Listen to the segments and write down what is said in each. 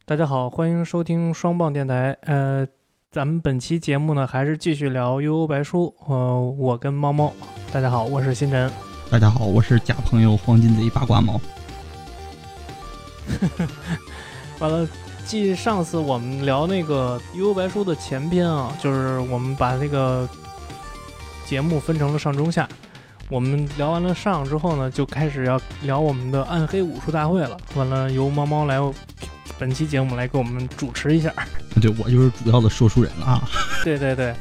大家好，欢迎收听双棒电台。咱们本期节目呢，还是继续聊悠悠白书。我跟猫猫。大家好，我是星辰。 大家好，我是假朋友黄金贼八卦猫。 完了，继上次我们聊那个悠悠白书的前篇啊，就是我们把那个节目分成了上中下。我们聊完了上之后呢，就开始要聊我们的暗黑武术大会了。完了，由猫猫来本期节目来给我们主持一下。 对，我就是主要的说书人了啊。 对对对。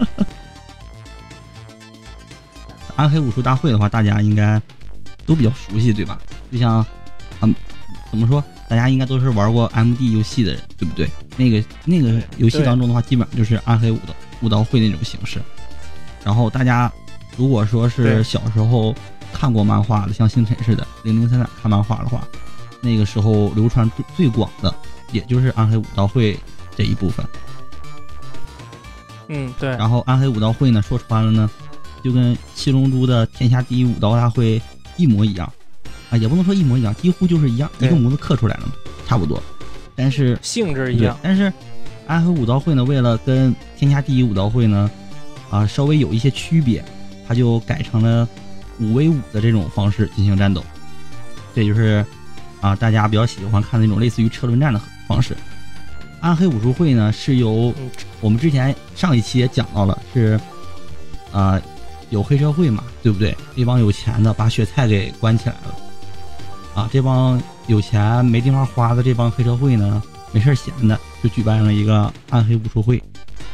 暗黑武术大会的话，大家应该都比较熟悉，对吧？就像怎么说，大家应该都是玩过 MD 游戏的人，对不对？那个游戏当中的话，基本上就是暗黑武道会那种形式。然后大家如果说是小时候看过漫画的，像星辰似的003看漫画的话，那个时候流传最广的也就是暗黑武道会这一部分。 对。 然后暗黑武道会呢，说穿了呢，就跟七龙珠的天下第一武道大会一模一样啊，也不能说一模一样，几乎就是一样，一个模子刻出来了嘛，差不多。但是性质一样。 但是暗黑武道会呢，为了跟天下第一武道会呢稍微有一些区别，它就改成了5v5的这种方式进行战斗。这就是大家比较喜欢看的那种类似于车轮战的方式。暗黑武术会呢，是由我们之前上一期也讲到了，是有黑社会嘛，对不对？这帮有钱的把雪菜给关起来了这帮有钱没地方花的这帮黑社会呢，没事闲的就举办了一个暗黑武术会，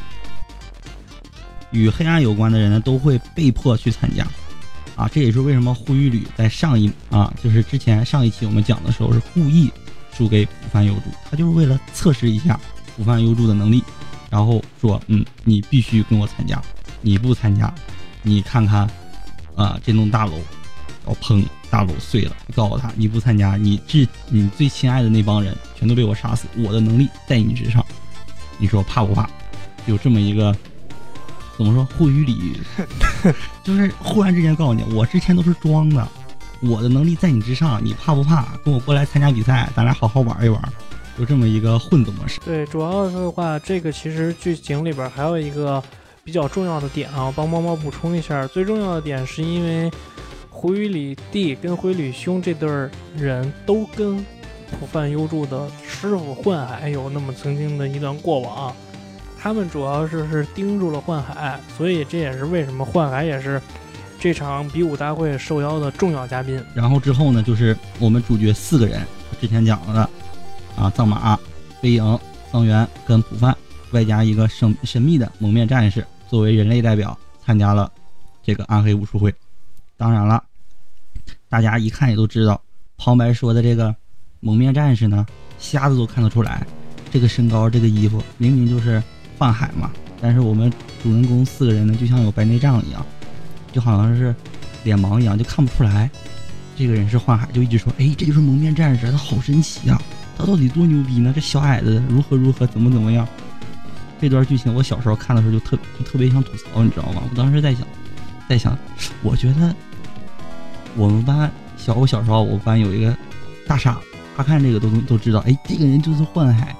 与黑暗有关的人呢都会被迫去参加这也是为什么护羽吕在就是之前上一期我们讲的时候是故意输给浦饭幽助，他就是为了测试一下浦饭幽助的能力，然后说你必须跟我参加，你不参加你看看这栋大楼要砰，大楼碎了，你告诉他你不参加，你最亲爱的那帮人全都被我杀死，我的能力在你之上，你说怕不怕？有这么一个怎么说护羽吕就是忽然之间告诉你，我之前都是装的，我的能力在你之上，你怕不怕？跟我过来参加比赛，咱俩好好玩一玩，有这么一个混子模式。 对，主要的话，这个其实剧情里边还有一个比较重要的点我帮猫猫补充一下。最重要的点是因为护羽吕弟跟护羽吕兄这对人都跟浦饭幽助的师傅幻海有那么曾经的一段过往，他们主要是盯住了幻海，所以这也是为什么幻海也是这场比武大会受邀的重要嘉宾。 然后之后呢，就是我们主角4个人，之前讲了的藏马、飞影、桑原跟浦饭，外加一个神秘的蒙面战士作为人类代表参加了这个暗黑武术会。当然了，大家一看也都知道，旁白说的这个蒙面战士呢，瞎子都看得出来，这个身高这个衣服明明就是幻海嘛，但是我们主人公4个人呢，就像有白内障一样，就好像是脸盲一样，就看不出来这个人是幻海，就一直说这就是蒙面战士，他好神奇啊，他到底多牛逼呢？这小矮子如何怎么样？这段剧情我小时候看的时候就特别想吐槽，你知道吗？我当时在想，我觉得我们班我小时候我们班有一个大傻子，他看这个都知道，这个人就是幻海，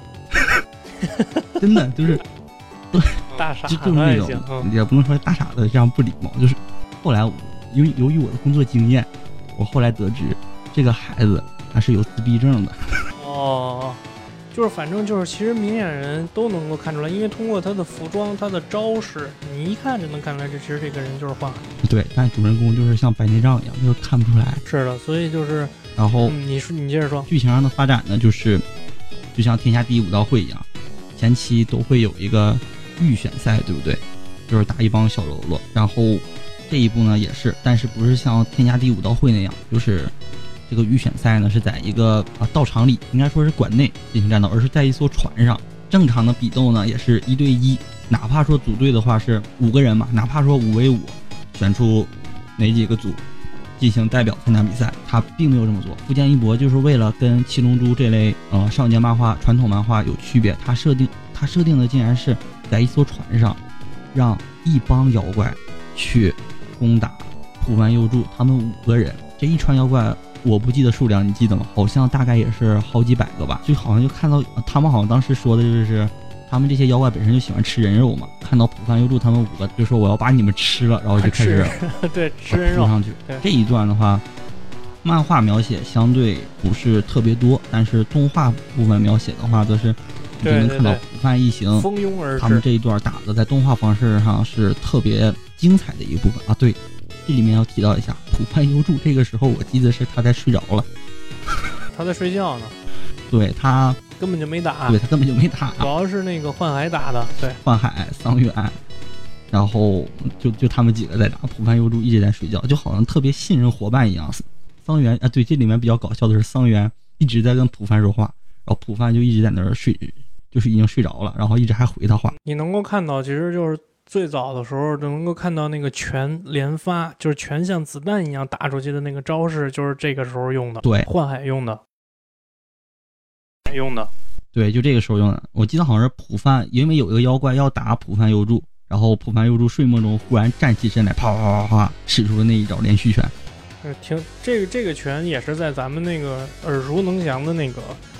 真的就是大傻子，就是那种也不能说大傻子这样不礼貌，就是后来由于我的工作经验，我后来得知这个孩子他是有自闭症的。 就是反正就是其实明眼人都能够看出来，因为通过他的服装他的招式，你一看就能看出来其实这个人就是幻海。对， 但主人公就是像白内障一样，就是看不出来。 是的，所以就是然后你接着说。 剧情上的发展呢，就是就像天下第一武道会一样，前期都会有一个预选赛，对不对？就是打一帮小喽啰，然后这一步呢也是，但是不是像天下第一武道会那样，就是这个预选赛呢是在一个道场里，应该说是馆内进行战斗，而是在一艘船上。正常的比斗呢也是1对1，哪怕说组队的话是5个人嘛，哪怕说5v5，选出哪几个组进行代表参加比赛，他并没有这么做。富坚义博就是为了跟七龙珠这类少年漫画传统漫画有区别，他设定的竟然是在一艘船上，让一帮妖怪去攻打浦饭幽助他们5个人。这一船妖怪我不记得数量，你记得吗？好像大概也是好几百个吧。就好像就看到他们好像当时说的就是他们这些妖怪本身就喜欢吃人肉嘛，看到浦饭幽助他们5个就说我要把你们吃了，然后就开始对吃人肉上去。这一段的话，漫画描写相对不是特别多，但是动画部分描写的话，则是你就能看到浦饭一行蜂拥而至。 他们这一段打的在动画方式上是特别精彩的一部分啊。对，这里面要提到一下浦饭幽助，这个时候我记得是他在睡着了， 他在睡觉呢。 对，他根本就没打， 对他根本就没打， 主要是那个幻海打的，对， 幻海、桑原，然后就他们几个在打，浦饭幽助一直在睡觉，就好像特别信任伙伴一样。桑原啊，对，这里面比较搞笑的是桑原一直在跟浦饭说话，然后浦饭就一直在那儿睡，就是已经睡着了，然后一直还回他话。 你能够看到，其实就是最早的时候能够看到那个全连发，就是全像子弹一样打出去的那个招式，就是这个时候用的， 对， 幻海用的。 对，就这个时候用的。我记得好像是浦饭，因为有一个妖怪要打浦饭幽助，然后浦饭幽助睡梦中忽然站起身来，啪啪啪啪使出了那一招连续拳。 这个拳也是在咱们那个耳熟能详的那个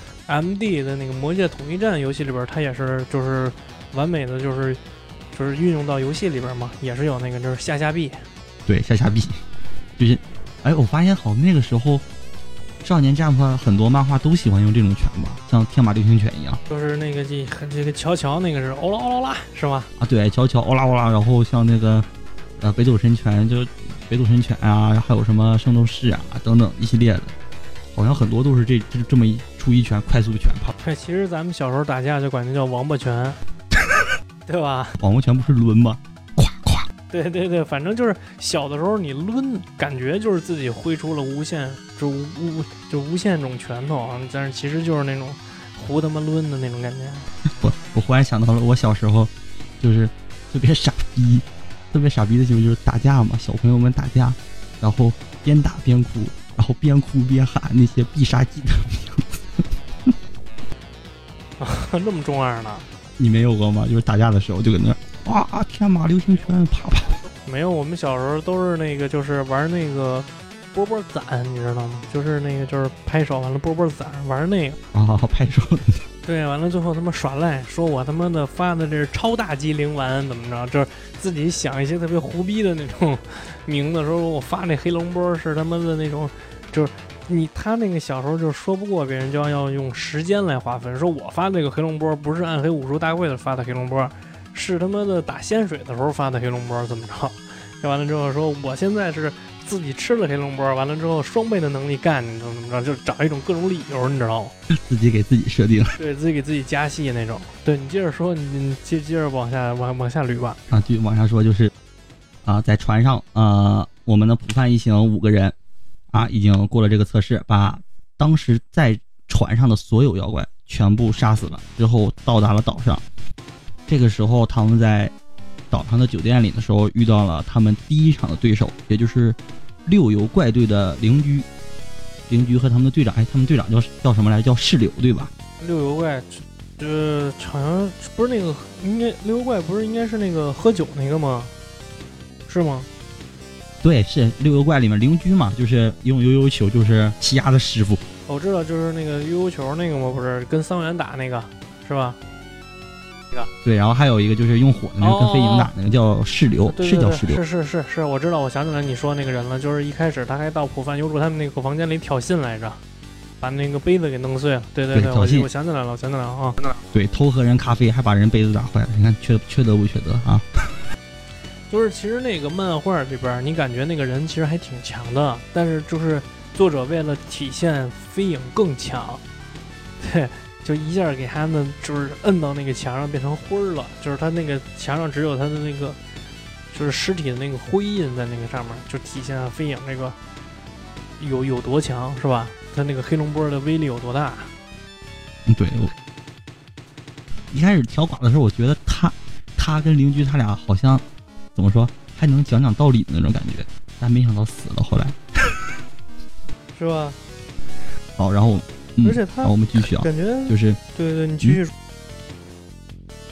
MD 的那个魔界统一战游戏里边，它也是就是完美的就是运用到游戏里边嘛，也是有那个就是下臂。 对，下臂，就是哎，我发现好像那个时候少年Jump很多漫画都喜欢用这种拳吧，像天马流星拳一样， 就是那个这个乔那个是欧啦欧啦啦是吧？ 啊，对，乔欧啦欧啦，然后像那个北斗神拳，就北斗神拳啊，还有什么圣斗士啊等等一系列的，好像很多都是这么一出一拳快速拳跑。 对，其实咱们小时候打架就管它叫王八拳，对吧？ 王八拳不是抡吗？咵咵。 对对对，反正就是小的时候你抡，感觉就是自己挥出了无限无限种拳头啊，但是其实就是那种胡他妈抡的那种感觉。 我忽然想到了我小时候，就是特别傻逼的就是打架嘛，小朋友们打架，然后边打边哭，然后边哭边喊那些必杀技的名字。那么中二呢？ 你没有过吗？就是打架的时候就搁那哇天马流星拳啪啪。 没有，我们小时候都是那个就是玩那个波波攒，你知道吗？就是那个就是拍手完了波波攒玩那个啊，拍手。 对，完了最后他妈耍赖，说我他妈的发的这是超大机灵丸怎么着，就是自己想一些特别胡逼的那种名字，说我发那黑龙波是他妈的那种，就是他那个小时候就说不过别人，就要用时间来划分，说我发这个黑龙波不是暗黑武术大会的发的黑龙波，是他妈的打仙水的时候发的黑龙波，怎么着？这完了之后说我现在是自己吃了黑龙波，完了之后双倍的能力干，你怎么着？就找一种各种理由，你知道吗？ 自己给自己设定， 对自己给自己加戏那种。对你接着说，你接着往下捋吧。 啊，就往下说，就是在船上，我们的浦饭一行5个人啊，已经过了这个测试，把当时在船上的所有妖怪全部杀死了之后，到达了岛上。这个时候他们在岛上的酒店里的时候遇到了他们第一场的对手，也就是六游怪队的灵居和他们的队长，他们队长叫什么来着？叫世柳对吧？ 六游怪，好像不是那个，应该六游怪不是应该是那个喝酒那个吗？是吗？ 对，是六游怪里面灵居嘛，就是用悠悠球就是欺压的师傅。 我知道，就是那个悠悠球那个吗？不是跟桑原打那个是吧？ 对，然后还有一个就是用火的那个跟飞影打那个叫世流，是叫世流。 是，我知道，我想起来你说那个人了，就是一开始他还到浦饭幽助他们那个房间里挑衅来着，把那个杯子给弄碎了。对，我想起来了啊。 对，偷喝人咖啡还把人杯子打坏了，你看缺德不缺德啊？ 就是其实那个漫画里边，你感觉那个人其实还挺强的，但是就是作者为了体现飞影更强，对。就一下给他们就是摁到那个墙上变成灰了，就是他那个墙上只有他的那个就是尸体的那个灰印在那个上面，就体现了飞影那个有多强，是吧？他那个黑龙波的威力有多大？ 对，一开始调寡的时候，我觉得他跟灵居他俩好像怎么说还能讲道理的那种感觉，但没想到死了，后来是吧？ 好，然后。 而且他， 我们继续啊， 感觉就是对，你继续。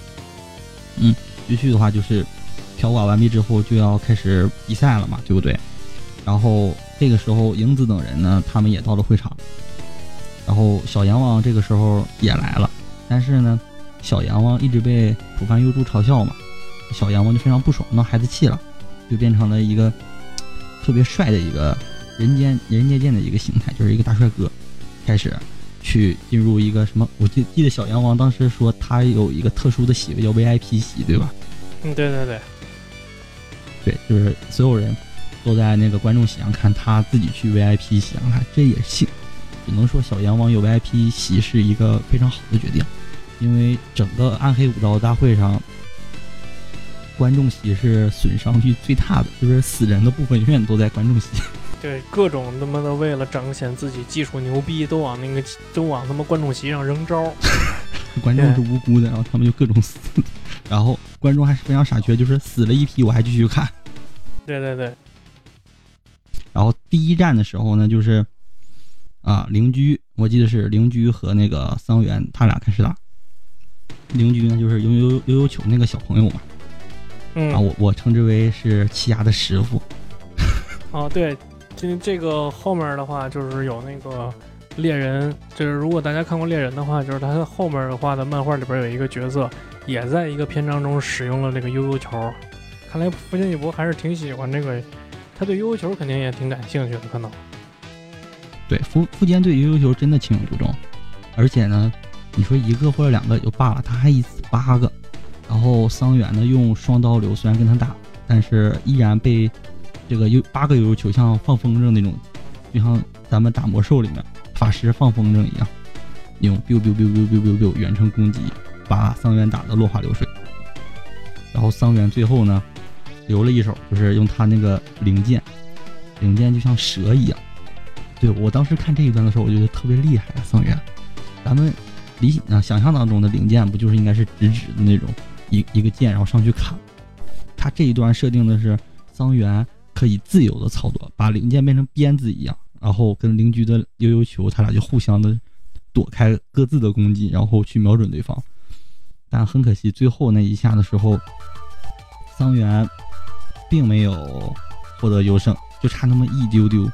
继续的话就是调寡完毕之后就要开始比赛了嘛，对不对？ 然后这个时候英子等人呢，他们也到了会场，然后小阎王这个时候也来了，但是呢，小阎王一直被普范幽助嘲笑嘛，小阎王就非常不爽，闹孩子气了，就变成了一个特别帅的一个人间剑的一个形态，就是一个大帅哥，开始去进入一个什么，我记得小阎王当时说他有一个特殊的席位叫 VIP 席，对吧？ 对对对， 对，就是所有人都在那个观众席上看，他自己去 VIP 席上看，这也幸，只能说小阎王有 VIP 席是一个非常好的决定，因为整个暗黑武道大会上，观众席是损伤率最大的，就是死人的部分永远都在观众席。 对，各种他妈的为了彰显自己技术牛逼，都往他妈观众席上扔招。 观众是无辜的，然后他们就各种死，然后观众还是非常傻缺，就是死了一批我还继续看。 对对对。 然后第一站的时候呢，就是灵居，我记得是灵居和那个桑原他俩开始打。灵居呢就是悠悠球那个小朋友嘛，我称之为是奇亚的师傅。 哦，对，这个后面的话就是有那个猎人，就是如果大家看过猎人的话，就是他后面的话的漫画里边有一个角色，也在一个篇章中使用了这个悠悠球。看来福建一博还是挺喜欢这个，他对悠悠球肯定也挺感兴趣的，可能。 对，富坚对悠悠球真的情有独钟，而且呢，你说一个或者两个也就罢了，他还一次8个，然后桑原呢用双刀流虽然跟他打，但是依然被这个8个悠悠球像放风筝那种，就像咱们打魔兽里面法师放风筝一样，用 biu biu biu biu biu biu biu 远程攻击，把桑原打得落花流水。然后桑原最后呢留了一手，就是用他那个灵剑就像蛇一样。对，我当时看这一段的时候，我觉得特别厉害啊，桑原。咱们想象当中的灵剑不就是应该是直的那种一个剑，然后上去砍。他这一段设定的是桑原可以自由的操作，把灵剑变成鞭子一样，然后跟邻居的悠悠球，他俩就互相的躲开各自的攻击，然后去瞄准对方。但很可惜，最后那一下的时候，桑原并没有获得优胜，就差那么一丢丢，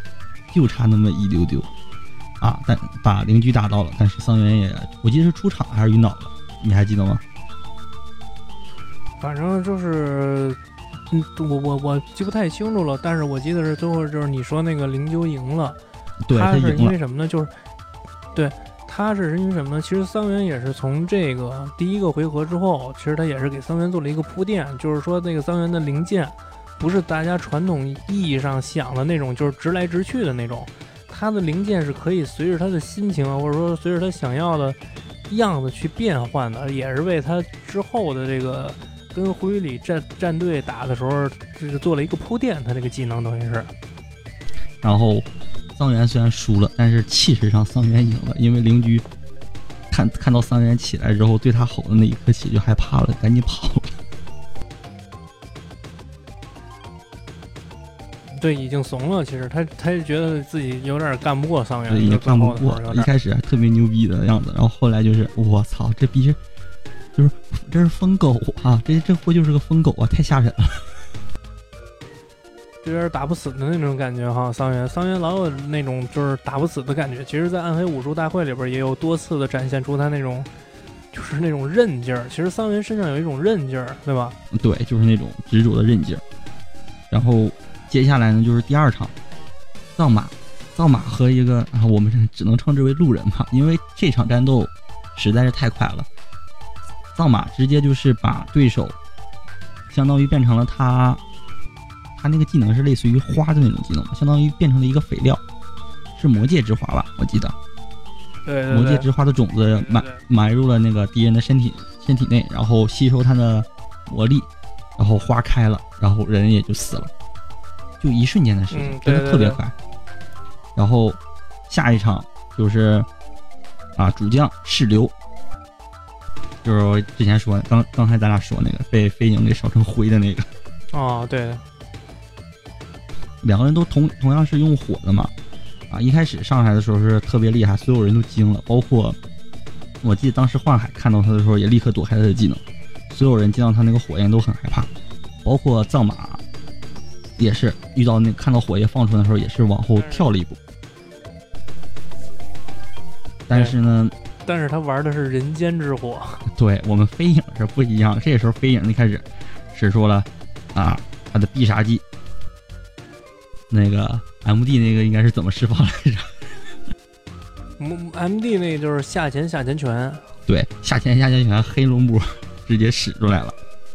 啊！但把邻居打到了，但是桑原也，我记得是出场还是晕倒了，你还记得吗？ 反正就是我记不太清楚了，但是我记得是最后就是你说那个灵鹫赢了， 对， 他是因为什么呢？就是对，他是因为什么呢？其实桑原也是从这个第一个回合之后，其实他也是给桑原做了一个铺垫，就是说那个桑原的灵剑不是大家传统意义上想的那种，就是直来直去的那种，他的灵剑是可以随着他的心情啊，或者说随着他想要的样子去变换的，也是为他之后的这个跟灰里战队打的时候，这是做了一个铺垫，他这个技能等于是。 然后桑原虽然输了，但是气势上桑原赢了，因为邻居看到桑原起来之后，对他吼的那一刻起就害怕了，赶紧跑了。 对，已经怂了。其实他就觉得自己有点干不过桑原， 已经干不过了。一开始还特别牛逼的样子，然后后来就是我操，这逼就是这是疯狗啊！这货就是个疯狗啊，太吓人了。 就有点打不死的那种感觉哈，桑原老有那种就是打不死的感觉。其实，在暗黑武术大会里边也有多次的展现出他那种就是那种韧劲儿。其实桑原身上有一种韧劲儿，对吧？ 对，就是那种执着的韧劲儿。然后接下来呢，就是第二场，藏马和一个我们只能称之为路人吧，因为这场战斗实在是太快了。藏马直接就是把对手相当于变成了他那个技能是类似于花的那种技能，相当于变成了一个肥料，是魔界之花吧，我记得。 对， 魔界之花的种子埋入了那个敌人的身体内，然后吸收他的魔力，然后花开了，然后人也就死了，就一瞬间的事情，真的特别快。然后下一场就是主将赤流，就是我之前说刚才咱俩说那个被飞影给烧成灰的那个。 哦，对， 两个人都同样是用火的嘛，一开始上来的时候是特别厉害，所有人都惊了，包括我记得当时幻海看到他的时候也立刻躲开他的技能，所有人见到他那个火焰都很害怕，包括藏马也是遇到那看到火焰放出来的时候，也是往后跳了一步。但是呢， 但是他玩的是人间之火。 对，我们飞影是不一样。这时候飞影就开始使出了啊他的必杀技，那个 MD 那个应该是怎么释放来着 ？MD 那个就是下潜拳。 对，下潜拳黑龙波直接使出来了，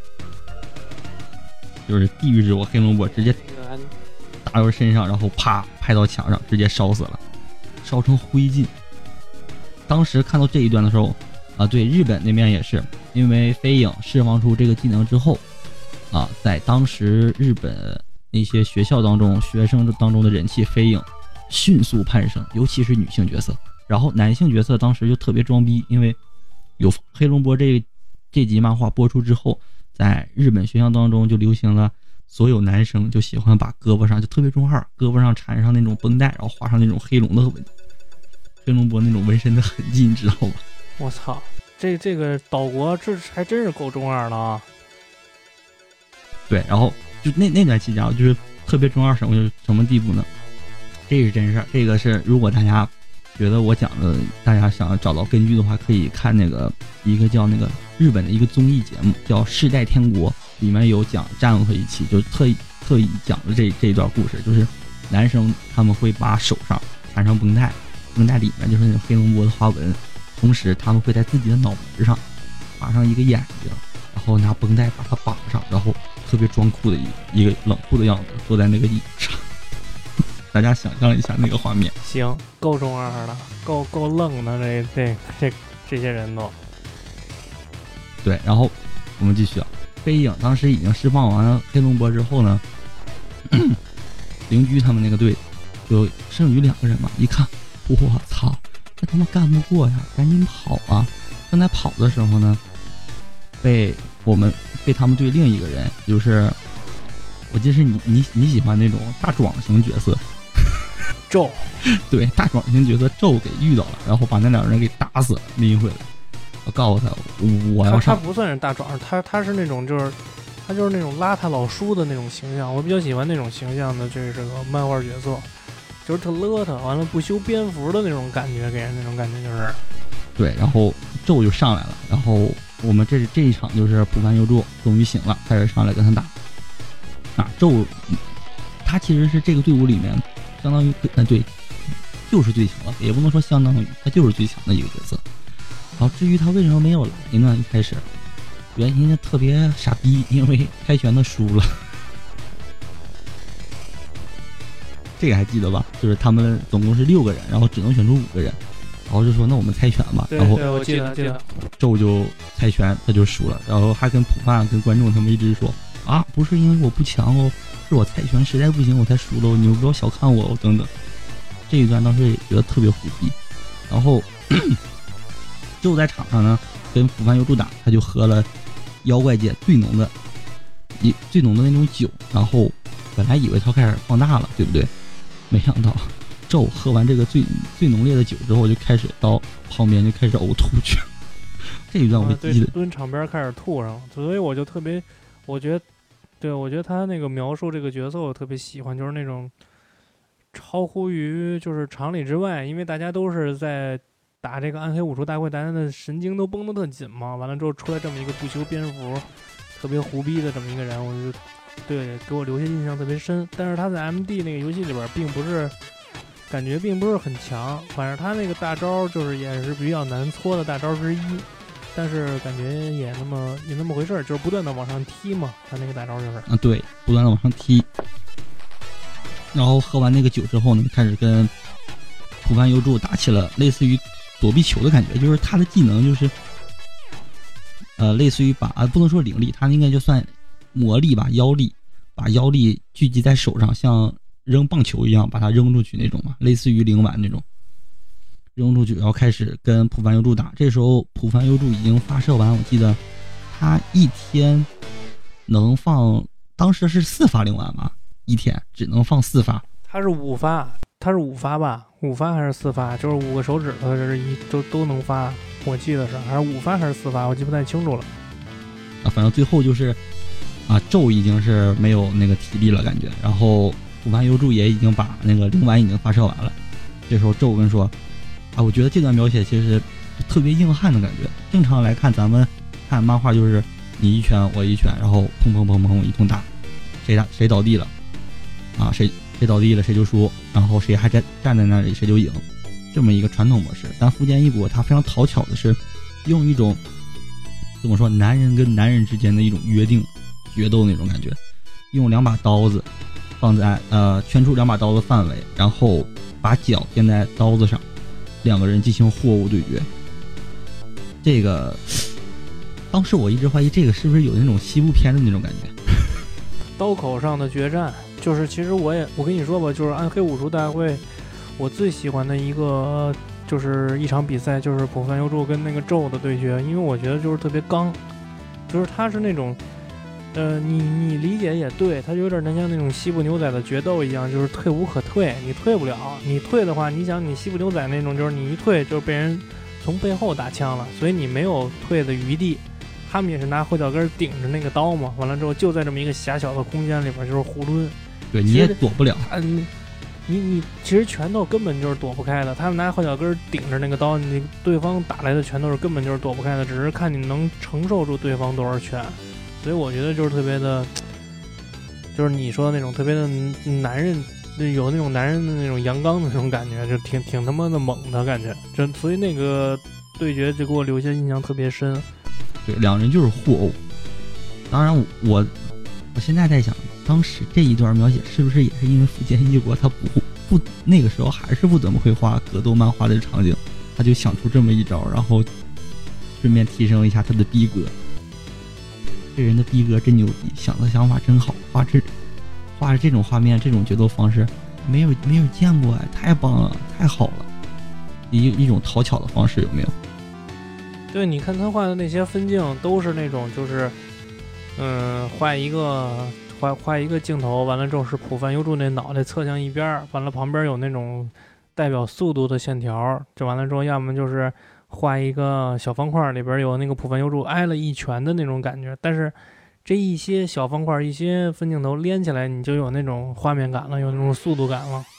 就是地狱之火黑龙波直接打到身上，然后啪拍到墙上，直接烧死了，烧成灰烬。当时看到这一段的时候啊，对，日本那边也是，因为飞影释放出这个技能之后啊，在当时日本那些学校当中，学生当中的人气飞影迅速攀升，尤其是女性角色。然后男性角色当时就特别装逼，因为有黑龙波这集漫画播出之后，在日本学校当中就流行了，所有男生就喜欢把胳膊上就特别中二，胳膊上缠上那种绷带，然后画上那种黑龙波那种纹身的痕迹，你知道吧？ 我操，这个岛国这还真是够中二的啊！ 对，然后就那段期间，就是特别中二什么地步呢？这是真事儿，这个是如果大家觉得我讲的，大家想找到根据的话，可以看那个一个叫那个日本的一个综艺节目叫《世代天国》，里面有讲战国一期，就特意讲了这一段故事，就是男生他们会把手上缠上绷带，绷带里面就是那种黑龙波的花纹，同时他们会在自己的脑门上画上一个眼睛，然后拿绷带把它绑上，然后特别装酷的一个冷酷的样子坐在那个椅子上。大家想象一下那个画面， 行，够中二的，够愣的，这些人都对。然后我们继续啊，飞影当时已经释放完了黑龙波之后呢，邻居他们那个队就剩余2个人嘛，一看，我操，这他妈干不过呀，赶紧跑啊！正在跑的时候呢，被他们队另一个人，就是我记得是你喜欢那种大壮型角色。 咒， 对，大壮型角色咒给遇到了，然后把那2个人给打死了，拎回来。我告诉他，我要上。 他不算是大壮，他是那种他就是那种邋遢老叔的那种形象，我比较喜欢那种形象的这个漫画角色，就是特邋遢，完了不修边幅的那种感觉，给人那种感觉就是。 对，然后咒就上来了，然后我们这一场就是浦饭幽助终于醒了，开始上来跟他打。咒，他其实是这个队伍里面。相当于对，就是最强的，也不能说相当于，他就是最强的一个角色。然后至于他为什么没有来呢？一开始原因就特别傻逼，因为猜拳的输了。这个还记得吧？就是他们总共是6个人，然后只能选出5个人，然后就说那我们猜拳吧。然后对，我记得咒就猜拳，他就输了，然后还跟浦饭跟观众他们一直说啊，不是因为我不强哦。是我猜拳实在不行我才输了，你们不要小看我等等。这一段当时也觉得特别虎逼。然后就在场上呢跟浦饭幽助打，他就喝了妖怪界最浓的那种酒，然后本来以为他开始放大了，对不对？没想到咒喝完这个最浓烈的酒之后，就开始到旁边就开始呕吐去。这一段我记得蹲场边开始吐上了，所以我就特别，我觉得他那个描述这个角色我特别喜欢，就是那种超乎于就是常理之外，因为大家都是在打这个暗黑武术大会，大家的神经都绷得特紧嘛，完了之后出来这么一个不修边幅特别胡逼的这么一个人，我就对给我留下印象特别深。但是他在 MD 那个游戏里边感觉并不是很强，反正他那个大招就是也是比较难搓的大招之一，但是感觉也那么回事儿，就是不断的往上踢嘛，他那个大招就是啊，对，不断的往上踢。然后喝完那个酒之后呢，开始跟浦饭幽助打起了类似于躲避球的感觉，就是他的技能就是类似于不能说灵力，他应该就算魔力吧，妖力，把妖力聚集在手上，像扔棒球一样把它扔出去那种嘛，类似于灵丸那种扔出去，然后开始跟浦饭幽助打。这时候浦饭幽助已经发射完，我记得他一天能放，当时是4发灵丸吧，一天只能放4发。 他是5发吧，5发还是4发？就是5个手指头都能发，我记得是还是5发还是4发，我记不太清楚了。 反正最后就是纣已经是没有那个体力了感觉，然后浦饭幽助也已经把那个灵丸已经发射完了。这时候纣跟说我觉得这段描写其实特别硬汉的感觉。正常来看咱们看漫画就是你一拳我一拳，然后砰砰砰砰一通打，谁倒地了谁倒地了谁就输，然后谁还站在那里谁就赢，这么一个传统模式。但富坚义博他非常讨巧的是用一种怎么说男人跟男人之间的一种约定决斗那种感觉，用2把刀子放在圈出2把刀的范围，然后把脚垫在刀子上，2个人进行货物对决。这个当时我一直怀疑这个是不是有那种西部片的那种感觉， 刀口上的决战。就是其实我跟你说吧，就是暗黑武术大会我最喜欢的一个就是一场比赛，就是浦饭幽助跟那个纣的对决。因为我觉得就是特别刚，就是他是那种你理解也对，他就有点像那种西部牛仔的决斗一样，就是退无可退，你退不了，你退的话，你想你西部牛仔那种，就是你一退就是被人从背后打枪了，所以你没有退的余地。他们也是拿后脚跟顶着那个刀嘛，完了之后就在这么一个狭小的空间里边就是囫囵， 对，你也躲不了。 你其实拳头根本就是躲不开的，他们拿后脚跟顶着那个刀，你对方打来的拳头是根本就是躲不开的，只是看你能承受住对方多少拳。所以我觉得就是特别的，就是你说的那种特别的男人，有那种男人的那种阳刚的那种感觉，就挺他妈的猛的感觉。所以那个对决就给我留下印象特别深。 对，2人就是互殴。当然我现在在想，当时这一段描写是不是也是因为富坚义博他不那个时候还是不怎么会画格斗漫画的场景，他就想出这么一招，然后顺便提升一下他的逼格。这人的逼格真牛逼，想的想法真好，画着这种画面，这种决斗方式没有见过太棒了，太好了，一种讨巧的方式，有没有？ 对，你看他画的那些分镜都是那种就是画一个镜头，完了之后是浦饭幽助那脑袋侧向一边，完了旁边有那种代表速度的线条，这完了之后要么就是画一个小方块，里边有那个浦饭幽助挨了一拳的那种感觉。但是这一些小方块一些分镜头连起来，你就有那种画面感了，有那种速度感了。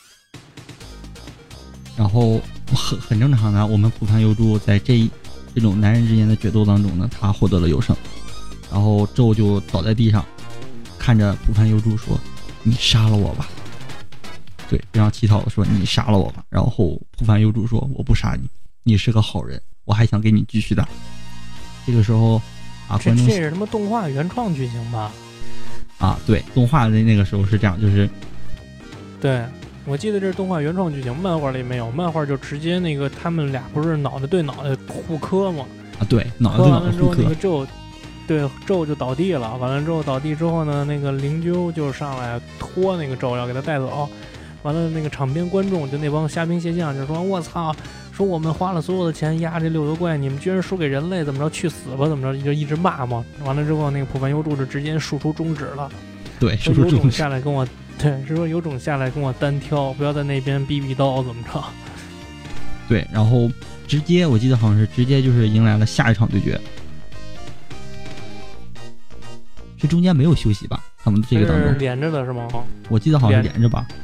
然后很正常的，我们浦饭幽助在这种男人之间的决斗当中呢，他获得了优胜。然后纣就倒在地上，看着浦饭幽助说：“你杀了我吧。”对，非常乞讨的说：“你杀了我吧。”然后浦饭幽助说：“我不杀你，你是个好人，我还想给你继续打。”这个时候观众这是什么动画原创剧情吧？ 对，动画的那个时候是这样，就是对。我记得这是动画原创剧情，漫画里没有，漫画就直接那个他们俩不是脑袋对脑袋互磕吗？ 对，脑袋对脑袋互磕。 那个纣就倒地了，完了之后倒地之后呢，那个灵鹫就上来拖那个纣要给他带走，完了那个场边观众就那帮虾兵蟹将就说：“我操！说我们花了所有的钱压这6头怪，你们居然输给人类，怎么着去死吧？怎么着就一直骂嘛。”完了之后，那个浦饭幽助就直接输出中指了。 对，输出中指下来跟我。对，是说有种下来跟我单挑，不要在那边逼刀怎么着？ 对，然后直接我记得好像是直接就是迎来了下一场对决，这中间没有休息吧？他们这个当中连着的是吗？ 我记得好像是连着吧？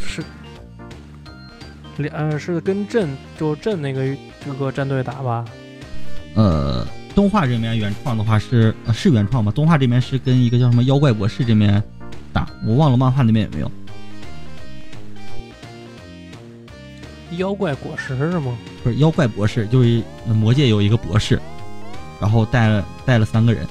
是跟朕那个战队打吧？ 动画这边原创的话是原创吧？动画这边是跟一个叫什么妖怪博士这边打，我忘了漫画那边有没有。 妖怪果实是吗？ 不是妖怪博士，就是魔界有一个博士，然后带了3个人。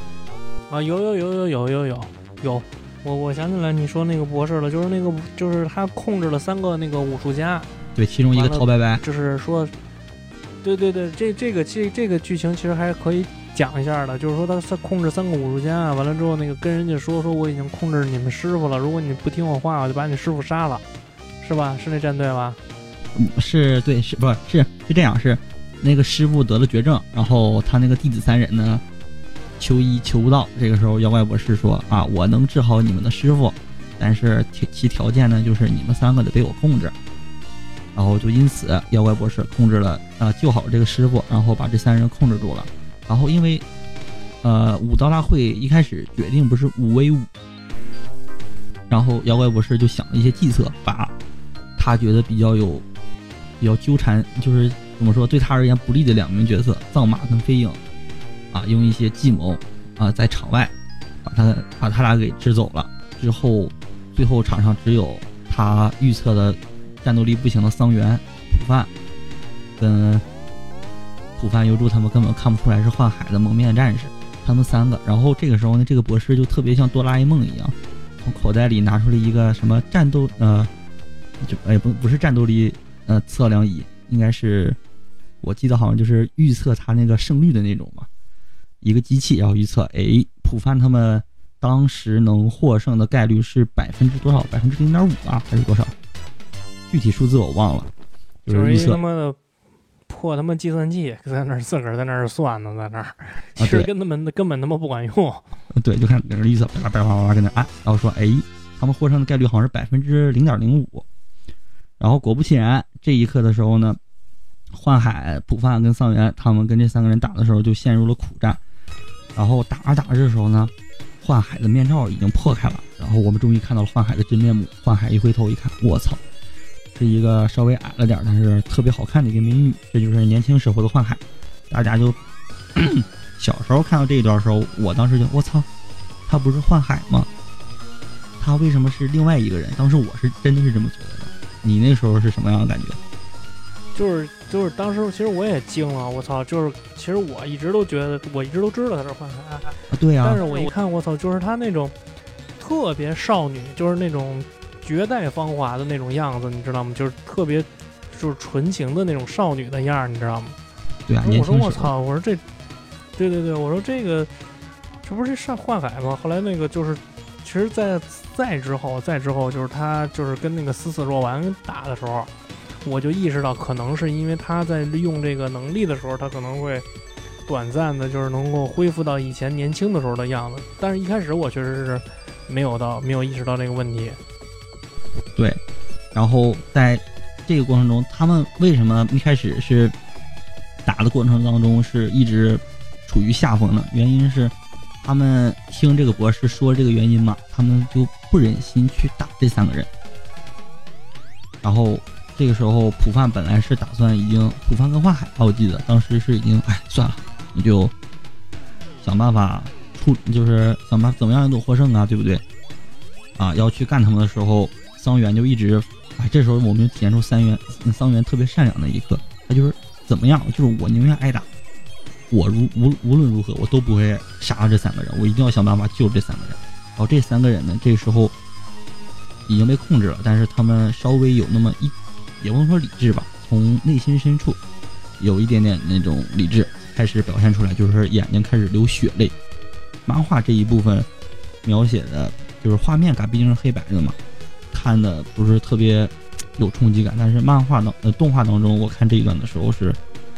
有，我想起来你说那个博士了，就是他控制了3个那个武术家。对，其中一个陶白白。 就是说，对，这个剧情其实还可以讲一下的，就是说他控制3个武术家，完了之后那个跟人家说我已经控制你们师傅了，如果你不听我话，我就把你师傅杀了，是吧？是那战队吧？ 是，对，是这样，是那个师傅得了绝症，然后他那个弟子3人呢求医求不到，这个时候妖怪博士说我能治好你们的师傅，但是其条件呢就是你们3个得被我控制。然后就因此妖怪博士控制了救好这个师傅，然后把这3人控制住了。然后因为武道大会一开始决定不是5v5，然后妖怪博士就想了一些计策，把他觉得比较纠缠，就是怎么说对他而言不利的2名角色藏马跟飞影啊，用一些计谋啊，在场外把他俩给支走了。之后最后场上只有他预测的战斗力不行的桑原、普范跟普范优助他们根本看不出来是幻海的蒙面战士，他们3个。然后这个时候呢，这个博士就特别像哆啦 A 梦一样，从口袋里拿出了一个什么战斗不是战斗力测量仪，应该是我记得好像就是预测他那个胜率的那种嘛，一个机器，然后预测普范他们当时能获胜的概率是多少？0.5%啊，还是多少？具体数字我忘了。 就是预测他妈的破他妈计算器在那儿自个儿在那儿算呢，在那儿其实根本他妈不管用。 对，就看在那预测，叭叭叭叭跟那按，然后说他们获胜的概率好像是0.05%。然后果不其然，这一刻的时候呢，幻海、普范跟桑原他们跟这3个人打的时候就陷入了苦战。然后打着的时候呢，幻海的面罩已经破开了，然后我们终于看到了幻海的真面目。幻海一回头一看，我操，是一个稍微矮了点但是特别好看的一个美女，这就是年轻时候的幻海。大家就小时候看到这一段的时候，我当时就我操，他不是幻海吗？他为什么是另外一个人？当时我是真的是这么觉得的。你那时候是什么样的感觉？ 就是当时其实我也惊了，我操！就是其实我一直都知道他是幻海啊， 对啊。 但是我一看，我操，就是他那种特别少女，就是那种绝代芳华的那种样子，你知道吗？就是特别就是纯情的那种少女的样，你知道吗？ 对啊， 我说我操，我说这，对，我说这不是上幻海吗？后来那个就是，其实再之后就是他就是跟那个死若丸打的时候。我就意识到，可能是因为他在利用这个能力的时候，他可能会短暂的，就是能够恢复到以前年轻的时候的样子。但是一开始我确实是没有意识到这个问题。 对，然后在这个过程中，他们为什么一开始是打的过程当中是一直处于下风呢？原因是他们听这个博士说这个原因嘛，他们就不忍心去打这3个人，然后。这个时候普范本来是打算普范跟幻海吧，我记得当时是已经算了，你就想办法就是想办法怎么样都获胜啊，对不对啊？要去干他们的时候，桑原就一直这时候我们就体现出桑原特别善良的一刻，他就是怎么样，就是我宁愿挨打，我无论如何我都不会杀了这3个人，我一定要想办法救这3个人。然后这3个人呢，这个时候已经被控制了，但是他们稍微有那么也不能说理智吧，从内心深处有一点点那种理智开始表现出来，就是眼睛开始流血泪。漫画这一部分描写的就是画面感毕竟是黑白的嘛，看的不是特别有冲击感，但是动画当中我看这一段的时候是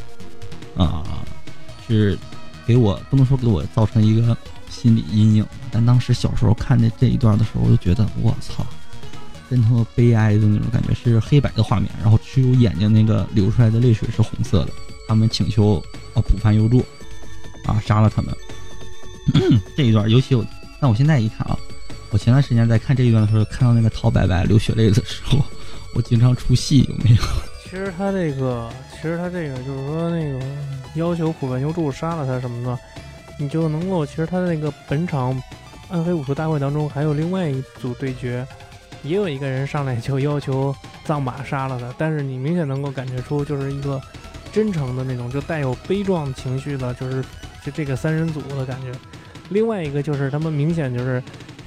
给我不能说给我造成一个心理阴影，但当时小时候看这一段的时候我就觉得我操，真他妈悲哀的那种感觉，是黑白的画面，然后只有眼睛那个流出来的泪水是红色的。他们请求普范优助杀了他们。这一段尤其但我现在一看我前段时间在看这一段的时候，看到那个陶白白流血泪的时候，我经常出戏，有没有？ 其实他这个就是说那个要求普范优助杀了他什么的，你就能够其实他那个本场暗黑武术大会当中还有另外一组对决。也有一个人上来就要求藏马杀了他，但是你明显能够感觉出就是一个真诚的那种，就带有悲壮情绪的，就这个3人组的感觉。另外一个就是他们明显就是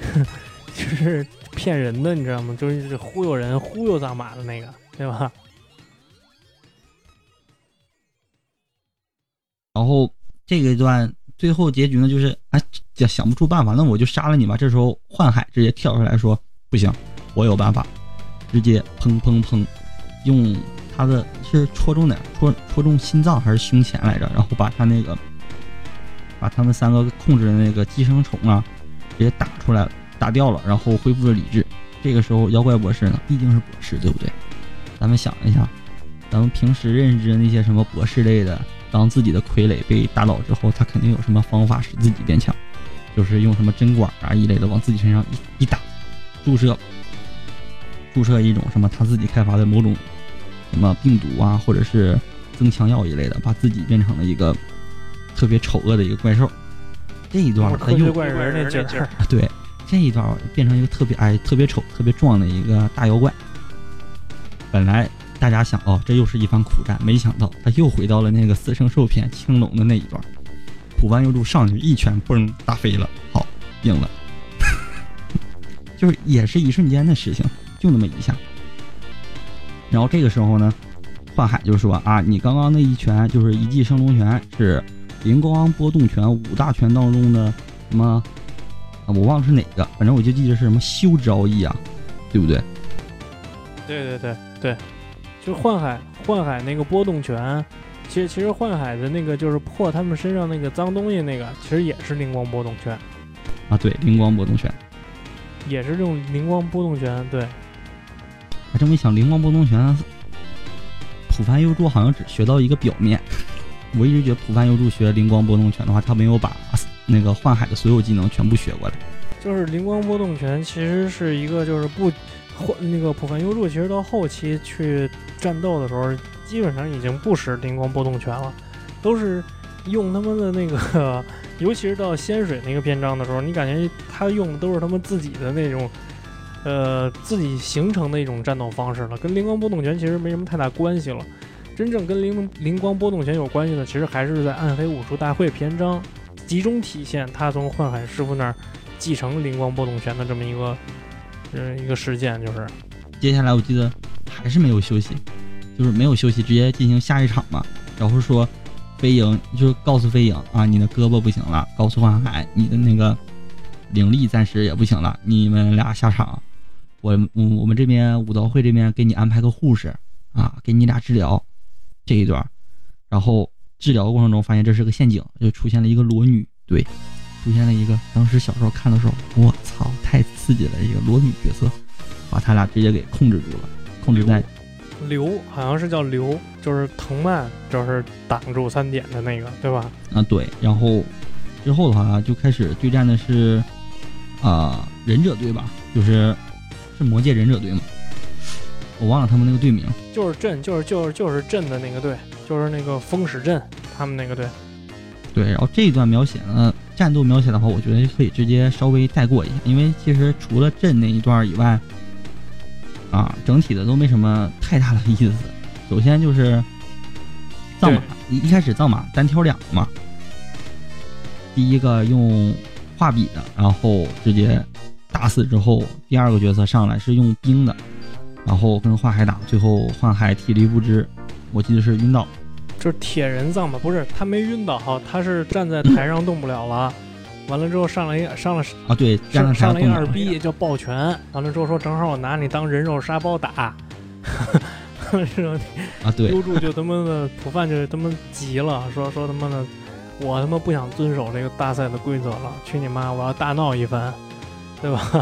骗人的，你知道吗？就是忽悠人、忽悠藏马的那个，对吧？ 然后这个段最后结局呢，就是想不出办法，那我就杀了你吧。这时候幻海直接跳出来说不行，我有办法，直接砰砰砰，用他的是戳中哪儿？戳中心脏还是胸前来着？然后把他们3个控制的那个寄生虫直接打出来了，打掉了，然后恢复了理智。这个时候妖怪博士呢，毕竟是博士，对不对？咱们想一下，咱们平时认知的那些什么博士类的当自己的傀儡被打倒之后，他肯定有什么方法使自己变强，就是用什么针管啊一类的往自己身上一打，注射一种什么他自己开发的某种什么病毒啊，或者是增强药一类的，把自己变成了一个特别丑恶的一个怪兽。这一段他又怪人那劲儿， 对，这一段变成一个特别矮、特别丑、特别壮的一个大妖怪。本来大家想这又是一番苦战，没想到他又回到了那个死圣兽篇青龙的那一段。浦饭幽助上去一拳嘣打飞了，好赢了。就是也是一瞬间的事情，就那么一下。然后这个时候呢，幻海就说啊，你刚刚那一拳就是一记升龙拳，是灵光波动拳5大拳当中的什么我忘了是哪个，反正我就记得是什么修招翼啊，对不对？ 对，就幻海那个波动拳，其实幻海的那个就是破他们身上那个脏东西那个，其实也是灵光波动拳啊，对，灵光波动拳也是这种灵光波动拳。对， 还真没想灵光波动拳浦饭幽助好像只学到一个表面。我一直觉得浦饭幽助学灵光波动拳的话，他没有把那个幻海的所有技能全部学过来。 就是灵光波动拳其实是一个就是那个浦饭幽助其实到后期去战斗的时候，基本上已经不使灵光波动拳了，都是用他们的那个，尤其是到仙水那个篇章的时候，你感觉他用的都是他们自己的那种自己形成的一种战斗方式了，跟灵光波动拳其实没什么太大关系了。真正跟灵光波动拳有关系的，其实还是在暗黑武术大会篇章集中体现他从幻海师傅那儿继承灵光波动拳的这么一个事件。就是接下来我记得还是没有休息，就是没有休息直接进行下一场嘛。然后说飞影就告诉飞影啊，你的胳膊不行了，告诉幻海你的那个灵力暂时也不行了，你们俩下场，我们这边武道会这边给你安排个护士啊，给你俩治疗这一段。然后治疗过程中发现这是个陷阱，就出现了一个裸女，对，出现了一个当时小时候看的时候我操太刺激了，一个裸女角色把他俩直接给控制住了，控制在刘，好像是叫刘，就是藤蔓就是挡住3点的那个，对吧？ 啊对。然后之后的话就开始对战的是忍者队吧，是魔界忍者队嘛，我忘了他们那个队名，就是镇的那个队，就是那个风使镇他们那个队。 对，然后这一段描写呢，战斗描写的话，我觉得可以直接稍微带过一下，因为其实除了镇那一段以外整体的都没什么太大的意思。首先就是藏马，一开始藏马单挑2个嘛，第一个用画笔的，然后直接打死之后，第二个角色上来是用冰的，然后跟幻海打，最后幻海体力不支，我记得是晕倒。 就是铁人藏马，不是他没晕倒，他是站在台上动不了了。完了之后上了啊，对，上了一2逼叫抱拳。完了之后说正好我拿你当人肉沙包打。对，幽助就他妈的浦饭就他妈急了，说他妈的我他妈不想遵守这个大赛的规则了，去你妈！我要大闹一番，对吧？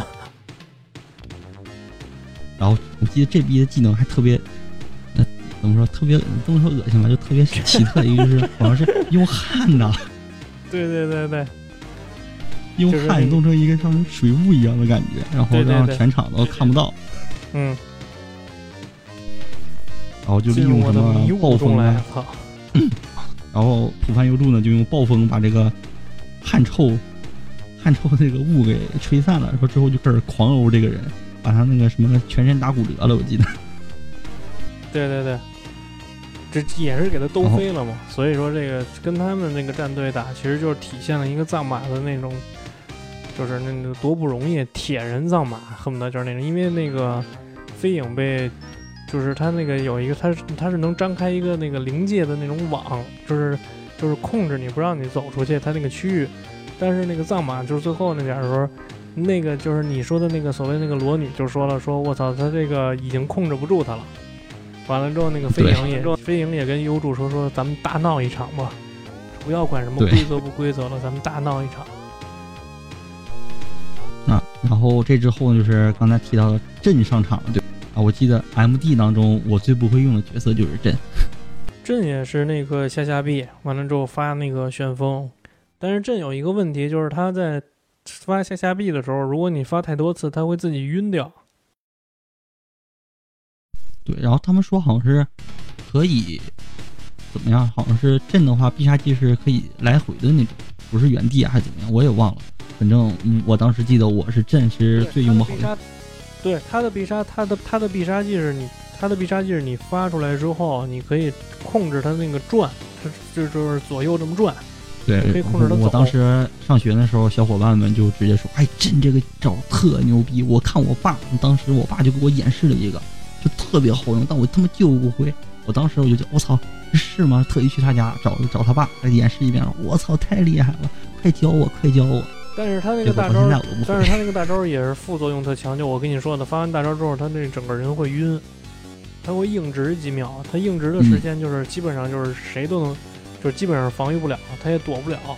然后我记得这逼的技能还特别。怎么说特别不能说恶心吧，就特别奇特一个就是好像是用汗的。 对， 用汗弄成一个像水雾一样的感觉，然后让全场都看不到。 嗯。 然后就利用什么暴风啊，然后浦饭幽助呢就用暴风把这个汗臭那个雾给吹散了，然后之后就开始狂殴这个人，把他那个什么全身打骨折了，我记得。 对，这也是给他兜飞了嘛。所以说这个跟他们那个战队打，其实就是体现了一个藏马的那种，就是那个多不容易，铁人藏马，恨不得就是那种，因为那个飞影被，就是他那个有一个他是能张开一个那个灵界的那种网，就是控制你不让你走出去他那个区域，但是那个藏马就是最后那点时候。那个就是你说的那个所谓那个裸女就说了，说我操，他这个已经控制不住他了。完了之后，那个飞影也跟幽助说咱们大闹一场吧，不要管什么规则不规则了，咱们大闹一场。 然后这之后就是刚才提到的朕上场了，对我记得 MD 当中我最不会用的角色就是朕。 朕也是那个下臂，完了之后发那个旋风，但是朕有一个问题，就是他在发下臂的时候，如果你发太多次，他会自己晕掉。 对，然后他们说好像是可以怎么样？好像是朕的话，必杀技是可以来回的那种，不是原地还是怎么样？我也忘了。反正我当时记得我是朕是最用不好的。 对，他的必杀，他的必杀技是你发出来之后，你可以控制他那个转，就是左右这么转。 对， 可以控制它走。 我当时上学的时候，小伙伴们就直接说：“哎，朕这个招特牛逼！我看我爸，当时我爸就给我演示了一个。”就特别好用，但我他妈就不会。我当时我就觉得我操，是吗？特意去他家找他爸来演示一遍了。我操，太厉害了！快教我，快教我！ 但是他那个大招，也是副作用特强。就我跟你说的，发完大招之后，他那整个人会晕，他会硬直几秒。他硬直的时间就是基本上就是谁都能，就是基本上防御不了，他也躲不了。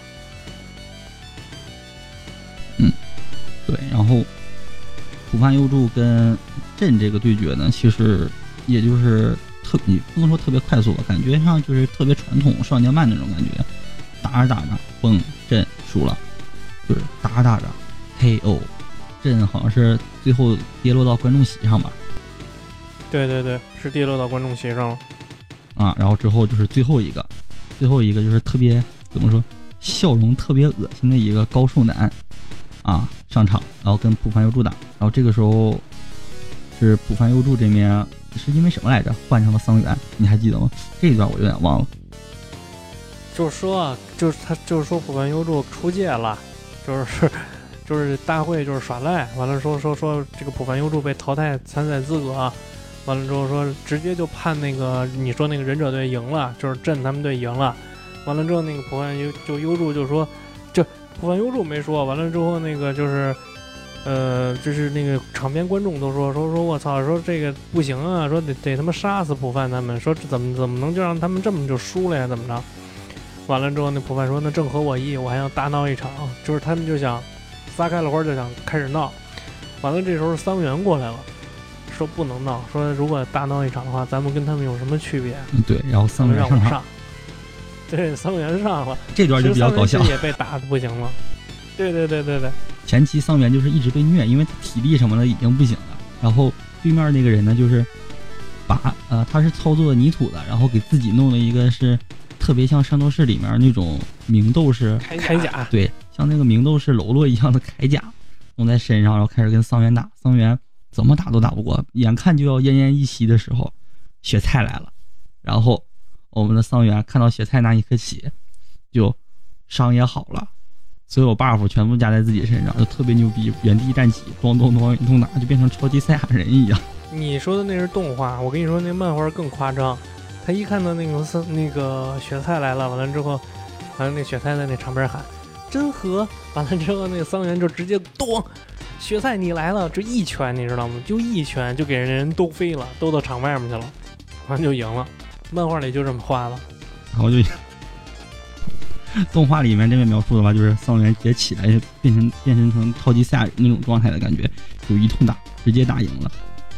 对，然后浦饭幽助跟朕这个对决呢，其实也就是你不能说特别快速吧，感觉上就是特别传统少年漫那种感觉，打着嘣，朕输了，就是打着 KO， 朕好像是最后跌落到观众席上吧？ 对，是跌落到观众席上了啊。然后之后就是最后一个就是特别怎么说，笑容特别恶心的一个高瘦男啊上场，然后跟浦饭幽助打，然后这个时候。是浦饭幽助这边是因为什么来着换成了桑原，你还记得吗？这一段我有点忘了。 就是说浦饭幽助出界了，就是大会就是耍赖，完了说这个浦饭幽助被淘汰参赛资格，完了之后说直接就判那个你说那个忍者队赢了，就是朕他们队赢了，完了之后那个浦饭幽助就说，就浦饭幽助没说，完了之后那个就是。就是那个场边观众都说我操，说这个不行啊，说得他妈杀死浦饭他们，说怎么能就让他们这么就输了呀？怎么着？完了之后，那浦饭说那正合我意，我还要大闹一场，就是他们就想撒开了花就想开始闹。完了这时候桑原过来了，说不能闹，说如果大闹一场的话，咱们跟他们有什么区别？ 对，然后桑原让我上，对，桑原上了， 这段就比较搞笑， 也被打的不行了。对。 前期桑原就是一直被虐，因为体力什么的已经不行了。然后对面那个人呢，就是把他是操作泥土的，然后给自己弄了一个是特别像圣斗士里面那种明斗士铠甲， 对，像那个明斗士喽啰一样的铠甲弄在身上，然后开始跟桑原打。桑原怎么打都打不过，眼看就要奄奄一息的时候，雪菜来了，然后我们的桑原看到雪菜那一刻起，就伤也好了。所有 buff 全部加在自己身上，就特别牛逼，原地站起，咚咚咚一通打，就变成超级赛亚人一样。 你说的那是动画，我跟你说那漫画更夸张。他一看到那个雪菜来了，完了之后，完了那雪菜在那场边喊真和，完了之后那个桑原就直接咚，雪菜你来了，这一拳你知道吗？就一拳就给人兜飞了，兜到场外面去了，完了就赢了。漫画里就这么画了， 然后就。动画里面这边描述的话，就是桑原直接起来变身成超级赛亚人那种状态的感觉，就一通打，直接打赢了。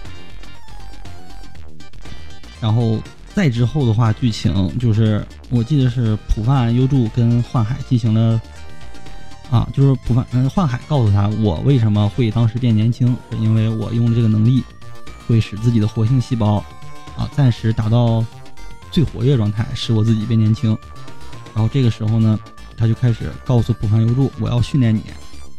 然后再之后的话，剧情就是我记得是浦饭幽助跟幻海进行了就是幻海告诉他我为什么会当时变年轻，是因为我用这个能力会使自己的活性细胞暂时达到最活跃状态，使我自己变年轻。然后这个时候呢，他就开始告诉浦饭幽助，我要训练你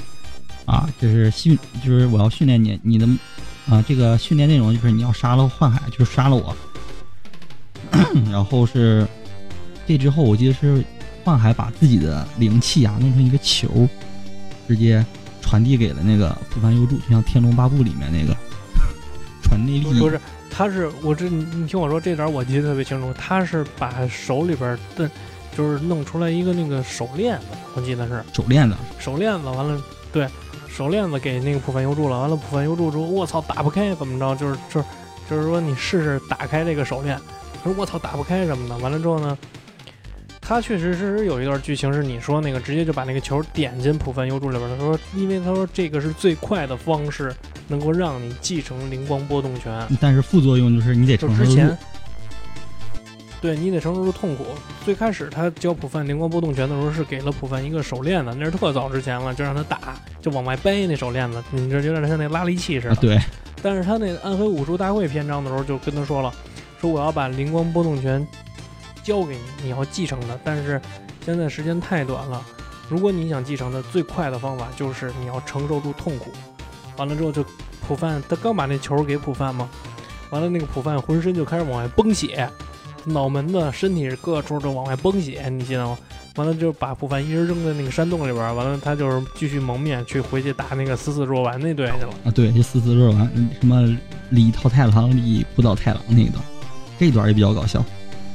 就是我要训练你的这个训练内容就是你要杀了幻海，就是杀了我。然后是这之后，我记得是幻海把自己的灵气弄成一个球，直接传递给了那个浦饭幽助，就像《天龙八部》里面那个传内力。 不是，他是你听我说这点我记得特别清楚，他是把手里边的。就是弄出来一个那个手链子，我记得是手链子， 完了，对，手链子给那个浦饭幽助了，完了浦饭幽助说我操打不开怎么着，就是说你试试打开这个手链，说我操打不开什么的，完了之后呢，他确实是有一段剧情是你说那个直接就把那个球点进浦饭幽助里边，他说因为他说这个是最快的方式能够让你继承灵光波动拳， 但是副作用就是你得承受得住。 对你得承受住痛苦。最开始他教普范灵光波动拳的时候，是给了普范一个手链子，那是特早之前了，就让他打，就往外掰那手链子，你这有点像那拉力器似的。 对。 但是他那暗黑武术大会篇章的时候，就跟他说了，说我要把灵光波动拳交给你，你要继承的。但是现在时间太短了，如果你想继承的最快的方法就是你要承受住痛苦。完了之后就普范，他刚把那球给普范嘛，完了那个普范浑身就开始往外崩血，脑门子、身体各处都往外崩血，你记得吗？完了就把普范一直扔在那个山洞里边，完了他就是继续蒙面去回去打那个死死若丸那队去了。 啊，对，就死死若丸，什么李桃太郎、李不倒太郎那一段，这一段也比较搞笑。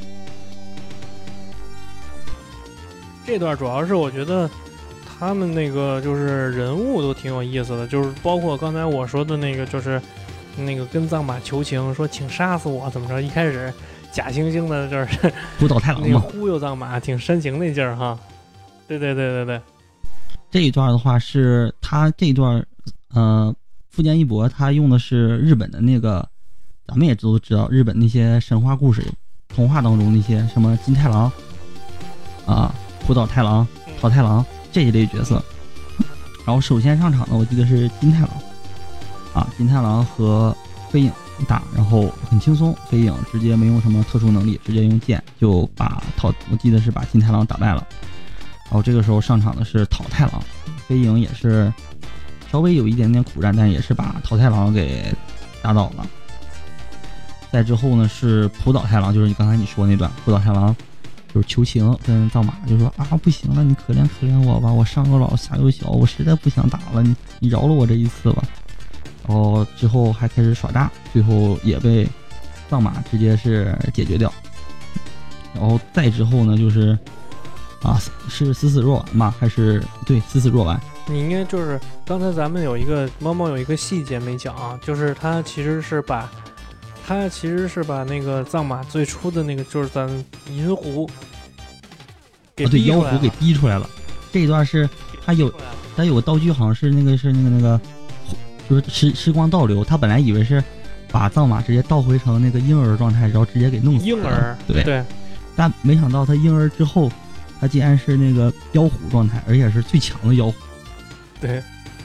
这段主要是我觉得他们那个就是人物都挺有意思的，就是包括刚才我说的那个，就是那个跟藏马求情说请杀死我怎么着，一开始假惺惺的就是不倒太郎嘛， 那个忽悠藏马挺煽情那劲儿哈。对对对对对， 这一段的话是他这一段富坚义博他用的是日本的那个，咱们也都知道日本那些神话故事童话当中那些什么金太郎啊、浦岛太郎、桃太郎这一类角色。然后首先上场的我记得是金太郎啊，金太郎和飞影打，然后很轻松，飞影直接没用什么特殊能力，直接用剑就把我记得是把金太郎打败了。然后这个时候上场的是桃太郎，飞影也是稍微有一点点苦战，但也是把桃太郎给打倒了。再之后呢是浦岛太郎，就是刚才你说那段，浦岛太郎就是求情，跟藏马就说啊不行了，你可怜可怜我吧，我上有老下有小，我实在不想打了，你饶了我这一次吧。然后之后还开始耍诈，最后也被藏马直接是解决掉。然后再之后呢就是是死死若丸吗？还是对死死若丸？ 你应该就是刚才咱们有一个猫猫有一个细节没讲啊，就是他其实是把那个藏马最初的那个就是咱银狐给对逼出来了， 妖狐给逼出来了。这一段是他有个道具，好像是那个就是时光倒流，他本来以为是把藏马直接倒回成那个婴儿状态，然后直接给弄死了。 婴儿对， 但没想到他婴儿之后，他竟然是那个妖狐状态，而且是最强的妖狐。 对，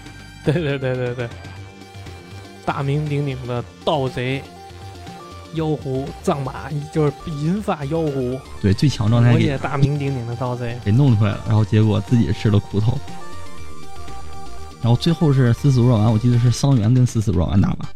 大名鼎鼎的盗贼妖狐藏马，就是银发妖狐， 对，最强状态我也大名鼎鼎的盗贼给弄出来了，然后结果自己吃了苦头。然后最后是死死若丸，我记得是桑原跟死死若丸打吧？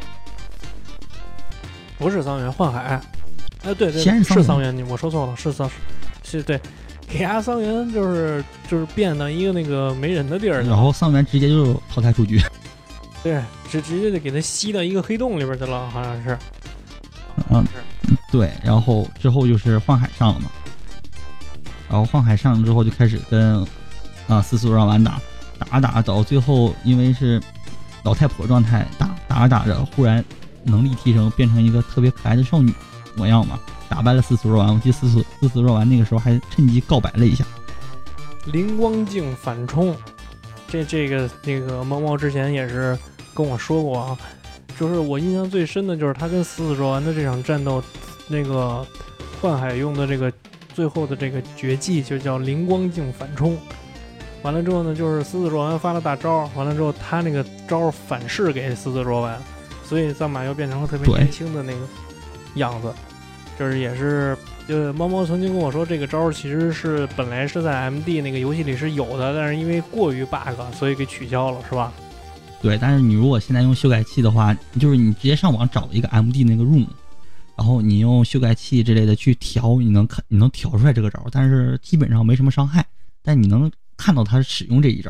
不是桑原，幻海。哎，对， 先是桑原，我说错了，是对。给阿桑原就是变到一个那个没人的地儿， 然后桑原直接就淘汰出局， 对，直接就给他吸到一个黑洞里边去了，好像是。 对，然后之后就是幻海上了嘛，然后幻海上了之后就开始跟死死若丸打到最后，因为是老太婆状态，打着忽然能力提升，变成一个特别可爱的少女模样嘛。打败了死死若丸，我记得死死若丸那个时候还趁机告白了一下。 灵光镜反冲，这个那个猫猫之前也是跟我说过啊，就是我印象最深的就是他跟死死若丸的这场战斗，那个幻海用的这个最后的这个绝技就叫灵光镜反冲。完了之后呢，就是死死若丸发了大招，完了之后他那个招反噬给死死若丸，所以藏马又变成了特别年轻的那个样子。就是也是，猫猫曾经跟我说，这个招其实是本来是在 MD 那个游戏里是有的，但是因为过于 bug， 所以给取消了，是吧？ 对，但是你如果现在用修改器的话，就是你直接上网找一个 MD 那个 room， 然后你用修改器之类的去调，你能调出来这个招，但是基本上没什么伤害，但你能看到他使用这一招。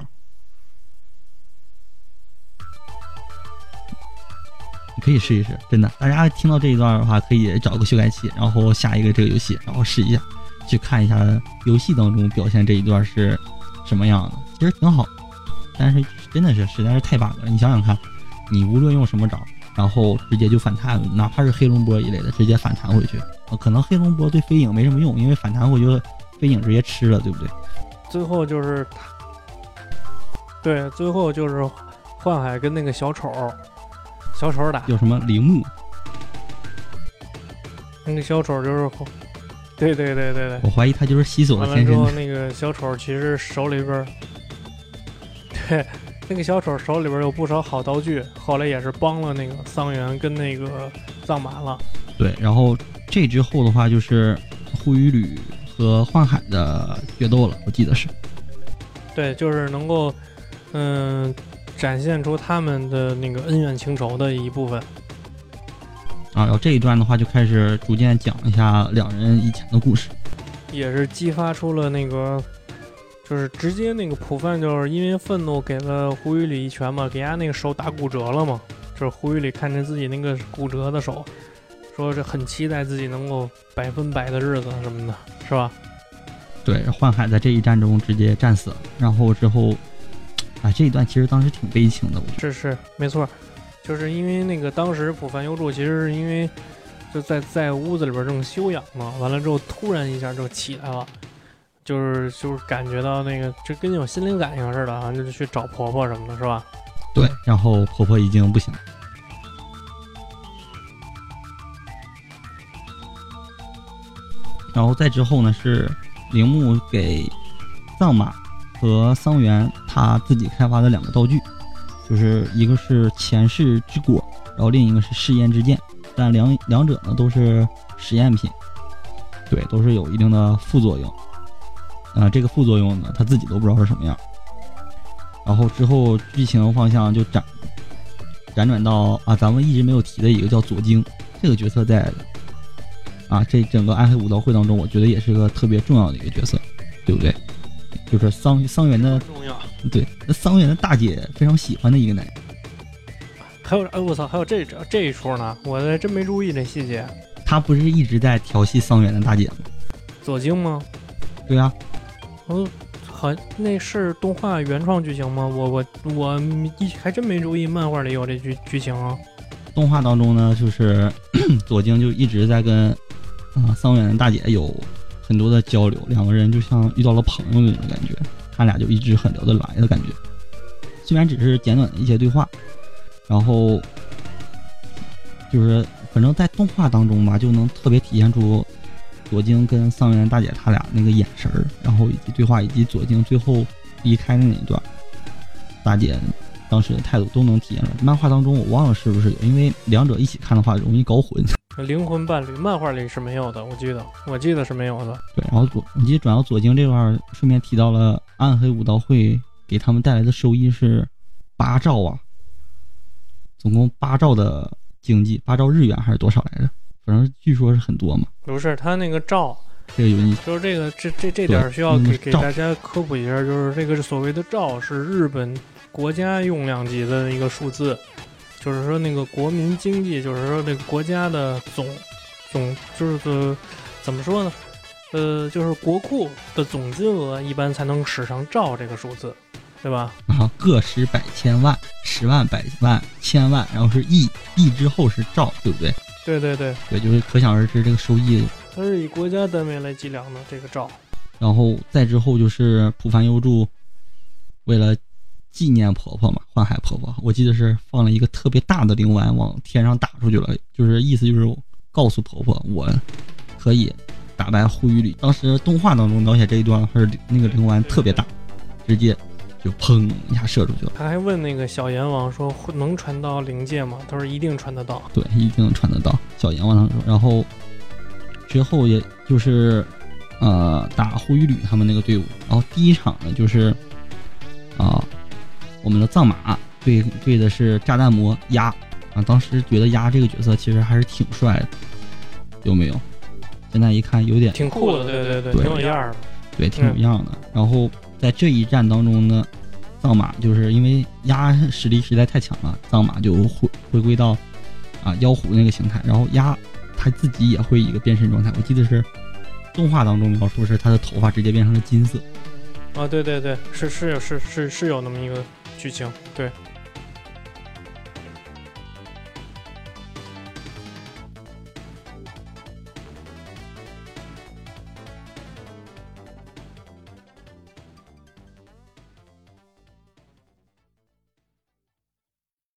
你可以试一试，真的，大家听到这一段的话，可以找个修改器，然后下一个这个游戏，然后试一下，去看一下游戏当中表现这一段是什么样的，其实挺好，但是真的是实在是太 bug 了。你想想看，你无论用什么招，然后直接就反弹，哪怕是黑龙波一类的，直接反弹回去，可能黑龙波对飞影没什么用，因为反弹回去飞影直接吃了，对不对？ 最后就是对，最后就是幻海跟那个小丑打， 有什么铃木， 那个小丑就是对对对对对， 我怀疑他就是西索的完了之后， 前身。 那个小丑其实手里边，对，那个小丑手里边有不少好道具，后来也是帮了那个桑原跟那个藏马了。 对，然后这之后的话就是护羽吕和幻海的决斗了，我记得是。 对，就是能够，展现出他们的那个恩怨情仇的一部分。 然后这一段的话就开始逐渐讲一下两人以前的故事， 也是激发出了那个，就是直接那个普范就是因为愤怒给了胡羽吕一拳嘛，给他那个手打骨折了嘛。就是胡羽吕看着自己那个骨折的手，说这很期待自己能够100%的日子什么的，是吧？ 对，幻海在这一战中直接战死了，然后之后，这一段其实当时挺悲情的，我觉得。 是没错，就是因为那个当时普范幽助其实是因为就在屋子里边正休养嘛，完了之后突然一下就起来了，就是感觉到那个就跟有心灵感应似的啊，就去找婆婆什么的，是吧？ 对，然后婆婆已经不行了。然后再之后呢，是铃木给藏马和桑原他自己开发的2个道具，就是一个是前世之果，然后另一个是试验之剑，但两者呢都是实验品，对，都是有一定的副作用。这个副作用呢，他自己都不知道是什么样。然后之后剧情方向就辗转到咱们一直没有提的一个叫佐京这个角色在的这整个暗黑武道会当中，我觉得也是个特别重要的一个角色，对不对？就是桑原的重要， 对，那桑原的大姐非常喜欢的一个男人。 还有我操，还有这一出呢，我还真没注意这细节。 他不是一直在调戏桑原的大姐吗？ 佐京吗？ 对啊。 好，那是动画原创剧情吗？我还真没注意，漫画里有这剧情啊。 动画当中呢，就是佐京就一直在跟桑原的大姐有很多的交流，两个人就像遇到了朋友的那种感觉，他俩就一直很聊得来的感觉。虽然只是简短的一些对话，然后就是反正在动画当中吧，就能特别体现出佐京跟桑原大姐他俩那个眼神儿，然后以及对话，以及佐京最后离开的那一段，大姐当时的态度都能体现出来。漫画当中我忘了是不是有，因为两者一起看的话容易搞混。 灵魂伴侣漫画里是没有的，我记得是没有的。 对，然后我记得转到佐京这块，顺便提到了暗黑武道会给他们带来的收益是8兆总共8兆的经济，8兆日元还是多少来着？反正据说是很多嘛。 不是，他那个兆， 这个有意思， 就是这点需要给大家科普一下，就是这个所谓的兆是日本国家用量级的一个数字，就是说那个国民经济，就是说这个国家的总就是怎么说呢？就是国库的总金额一般才能使上兆这个数字，对吧？ 个十百千万，10万百万千万，然后是亿之后是兆，对不对？ 对， 就是可想而知这个收益， 它是以国家单位来计量的这个兆。 然后再之后就是浦凡优助为了纪念婆婆嘛，幻海婆婆，我记得是放了一个特别大的灵丸往天上打出去了，就是意思就是告诉婆婆我可以打败护羽吕。当时动画当中描写这一段是那个灵丸特别大，直接就砰一下射出去了。 他还问那个小阎王说能传到灵界吗？他说一定传得到。 对，一定传得到。小阎王他说，然后之后也就是打护羽吕他们那个队伍，然后第一场呢就是我们的藏马对的是炸弹魔鸭当时觉得鸭这个角色其实还是挺帅的，有没有？现在一看有点挺酷的，对，挺有样的， 对，挺有样的。然后在这一战当中呢，藏马就是因为鸭实力实在太强了，藏马就回归到妖狐那个形态，然后鸭他自己也会一个变身状态，我记得是动画当中描述是他的头发直接变成了金色。 对，是有那么一个剧情，对。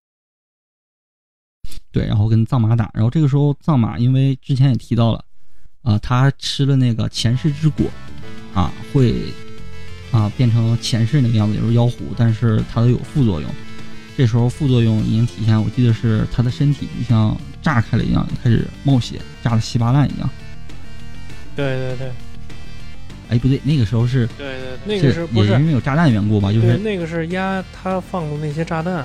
对，然后跟藏马打，然后这个时候藏马因为之前也提到了， 他吃了那个前世之果会变成前世那个样子，也就是妖狐，但是它都有副作用。这时候副作用已经体现，我记得是他的身体就像炸开了一样，开始冒血，炸得稀巴烂一样。 对， 哎，不对，那个时候是对，那个是不是也因为有炸弹的缘故吧？就是那个是压他放的那些炸弹。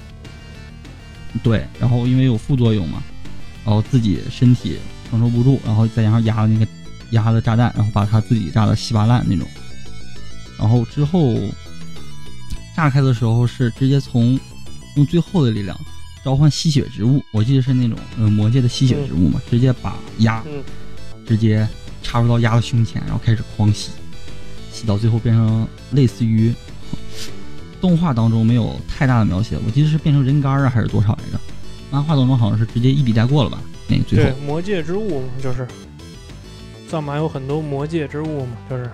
对，然后因为有副作用嘛，然后自己身体承受不住，然后再加上压的炸弹，然后把他自己炸得稀巴烂那种。然后之后炸开的时候是直接用最后的力量召唤吸血植物，我记得是那种魔界的吸血植物嘛，直接把直接插入到鸭的胸前，然后开始狂吸到最后变成类似于动画当中没有太大的描写，我记得是变成人干还是多少来着？漫画当中好像是直接一笔带过了吧？那个最后对魔界之物嘛，就是藏马有很多魔界之物嘛，就是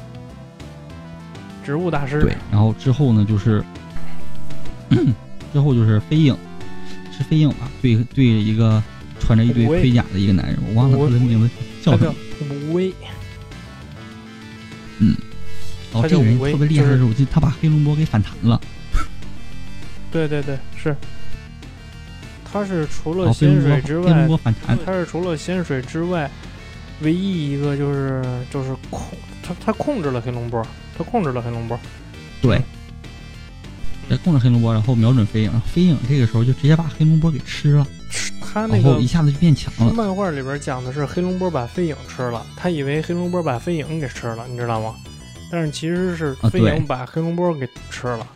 植物大师。 对，然后之后呢就是飞影，是飞影吧？对一个穿着一堆盔甲的一个男人，我忘了他的名字叫什么。 无威。 这个人特别厉害的是，我记得他把黑龙波给反弹了。 对，是。他是除了仙水之外， 黑龙波反弹， 他是除了仙水之外，唯一一个就是他控制了黑龙波，对。 控制黑龙波，然后瞄准飞影，飞影这个时候就直接把黑龙波给吃了， 他那个然后一下子就变强了。 漫画里边讲的是黑龙波把飞影吃了，他以为黑龙波把飞影给吃了，你知道吗？但是其实是飞影把黑龙波给吃了，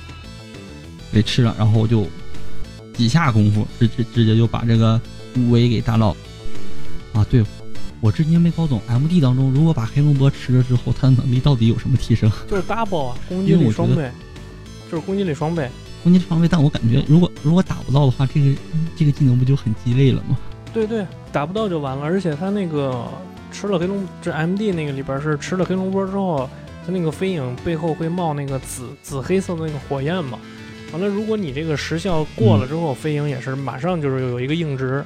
然后就几下功夫直接就把这个无为给打倒。对，我至今没搞懂 MD 当中如果把黑龙波吃了之后，他的能力到底有什么提升？ 就是 double 攻击力双倍，就是攻击力双倍。 但我感觉如果打不到的话，这个技能不就很鸡肋了吗？ 对，打不到就完了。而且他那个吃了黑龙，这 MD 那个里边是吃了黑龙波之后，他那个飞影背后会冒那个紫黑色的那个火焰嘛。完了，如果你这个时效过了之后，飞影也是马上就是有一个硬直，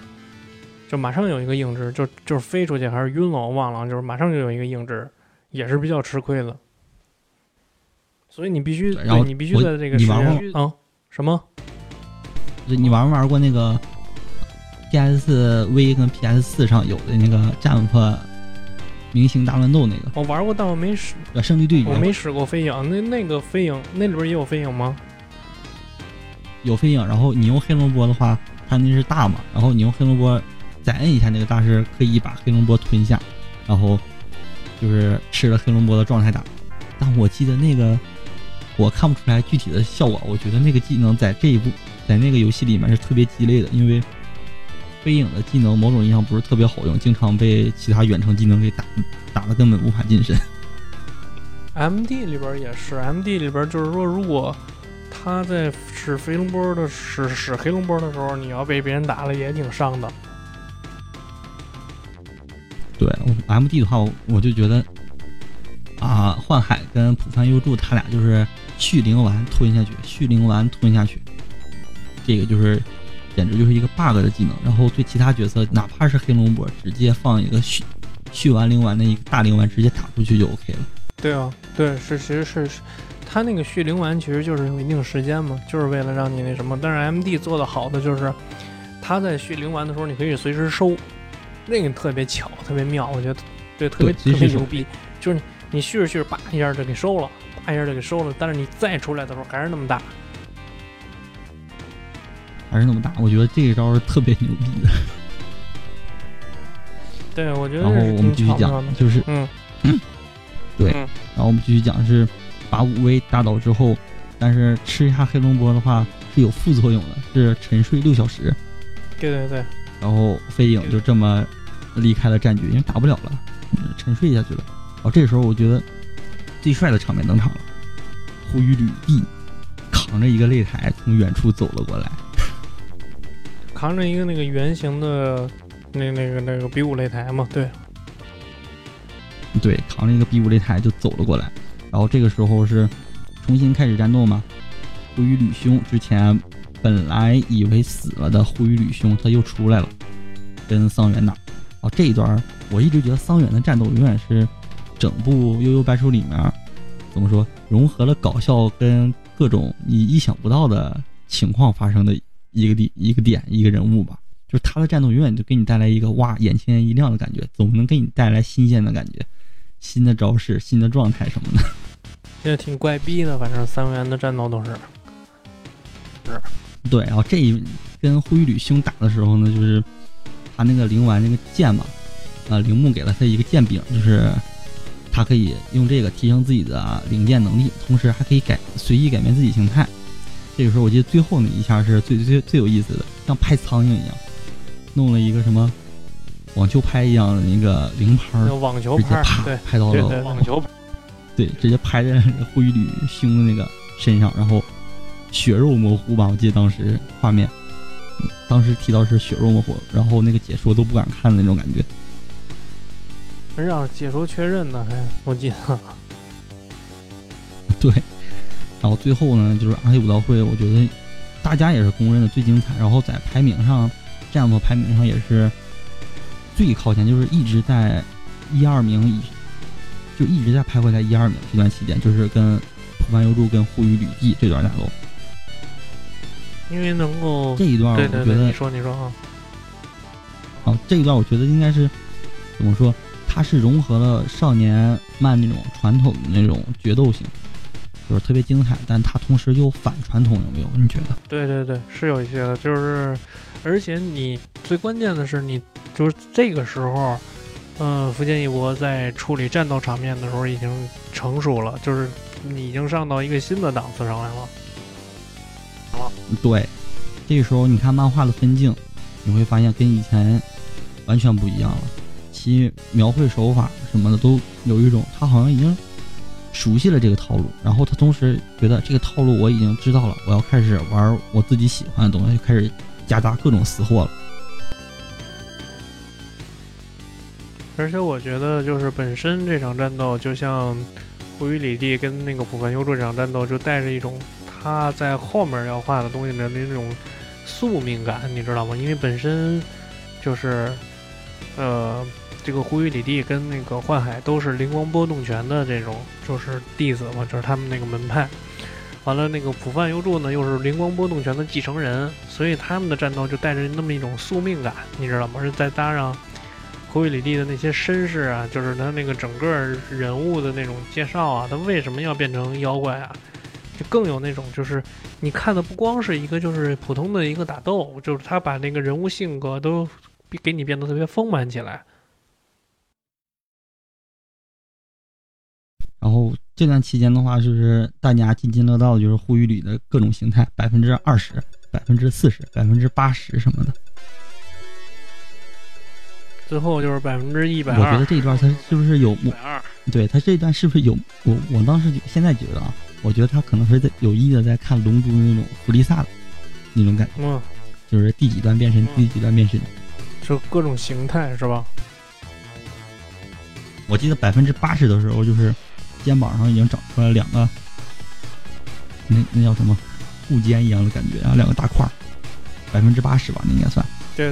就是飞出去还是晕了我忘了，就是马上就有一个硬直，也是比较吃亏的。所以你必须在这个时间什么？ 你玩过那个 PSV 跟 PS4 上有的那个战斧明星大乱斗那个？ 我玩过，但我没使。 胜利对决， 我没使过飞影。那个飞影那里边也有飞影吗？ 有飞影，然后你用黑龙波的话，它那是大嘛，然后你用黑龙波再摁一下那个大师，可以把黑龙波吞下，然后就是吃了黑龙波的状态打。但我记得那个我看不出来具体的效果，我觉得那个技能在那个游戏里面是特别鸡肋的，因为飞影的技能某种意义上不是特别好用，经常被其他远程技能给打得根本无法近身。 MD 里边也是 ，MD 里边就是说，如果他在使黑龙波的时候，你要被别人打了也挺伤的。 对 MD 的话，我就觉得幻海跟浦饭优助他俩就是续灵丸吞下去，这个就是简直就是一个 bug 的技能。然后对其他角色，哪怕是黑龙波，直接放一个续完灵丸的一个大灵丸，直接打出去就 OK 了。 对啊，对，其实是他那个续灵丸其实就是有一定时间嘛，就是为了让你那什么。但是 MD 做的好的就是他在续灵丸的时候，你可以随时收，那个特别巧，特别妙，我觉得对，特别牛逼，就是你续着叭一下就给收了，但是你再出来的时候还是那么大， 我觉得这一招是特别牛逼的。 对，我觉得。 然后我们继续讲，就是对，然后我们继续讲是把武威打倒之后，但是吃一下黑龙波的话是有副作用的，是沉睡6小时。 对。 然后飞影就这么离开了战局，因为打不了了，沉睡下去了。这个时候我觉得最帅的场面登场了，胡与吕地扛着一个擂台从远处走了过来， 扛着一个那个圆形的那个比武擂台嘛， 对，扛着一个比武擂台就走了过来。然后这个时候是重新开始战斗嘛，胡与吕兄之前本来以为死了的胡与吕兄他又出来了，跟桑原打。这一段我一直觉得桑原的战斗永远是整部《悠悠白书》里面怎么说融合了搞笑跟各种你意想不到的情况发生的一个点一个人物吧。就是他的战斗永远就给你带来一个哇眼前一亮的感觉，总能给你带来新鲜的感觉，新的招式、新的状态什么的。 也挺怪逼的，反正三元的战斗都是。 对，然后这一跟灰羽吕兄打的时候呢，就是他那个灵丸那个剑嘛，铃木给了他一个剑柄，就是他可以用这个提升自己的灵剑能力，同时还可以随意改变自己形态。这个时候我记得最后那一下是最有意思的，像拍苍蝇一样，弄了一个什么网球拍一样的那个灵拍， 网球拍， 对，拍到了网球拍， 对，直接拍在灰羽吕兄的那个身上，然后血肉模糊吧，我记得当时画面，当时提到是血肉模糊，然后那个解说都不敢看的那种感觉。 让解说确认呢，我记得。 对，然后最后呢，就是阿黑武道会，我觉得大家也是公认的最精彩，然后在排名上，战斗排名上也是最靠前，就是一直在1-2名，就一直在徘徊在1-2名这段期间，就是跟浦饭幽助跟护羽吕地这段打斗。 因为能够这一段我觉得， 对，你说啊， 这一段我觉得应该是怎么说？它是融合了少年漫那种传统的那种决斗性，就是特别精彩，但它同时又反传统，有没有？你觉得？ 对，是有一些的，就是而且你最关键的是，你就是这个时候，福建一博在处理战斗场面的时候已经成熟了，就是你已经上到一个新的档次上来了。 对，这个时候你看漫画的分镜，你会发现跟以前完全不一样了，其描绘手法什么的都有一种他好像已经熟悉了这个套路，然后他同时觉得这个套路我已经知道了，我要开始玩我自己喜欢的东西，就开始夹杂各种死货了。 而且我觉得就是本身这场战斗就像护羽里地跟那个浦饭幽助这场战斗就带着一种他在后面要画的东西的那种宿命感，你知道吗？因为本身就是这个护羽里地跟那个幻海都是灵光波动拳的这种就是弟子嘛，就是他们那个门派。完了那个浦饭幽助呢又是灵光波动拳的继承人，所以他们的战斗就带着那么一种宿命感，你知道吗？是再搭上护羽里地的那些身世啊，就是他那个整个人物的那种介绍啊，他为什么要变成妖怪啊，就更有那种就是你看的不光是一个就是普通的一个打斗，就是他把那个人物性格都给你变得特别丰满起来。 然后这段期间的话，就是大家津津乐道的就是护羽吕的各种形态，20%、40%、80%什么的。 最后就是120%。 我觉得这一段他是不是有 120%？ 对他这一段是不是有我当时现在觉得啊，我觉得他可能是有意的在看龙珠那种弗利萨的那种感觉，就是第几段变身，第几段变身， 就各种形态是吧？ 我记得80%的时候，就是肩膀上已经长出来两个，那叫什么护肩一样的感觉啊，两个大块，80%吧，那应该算。 对。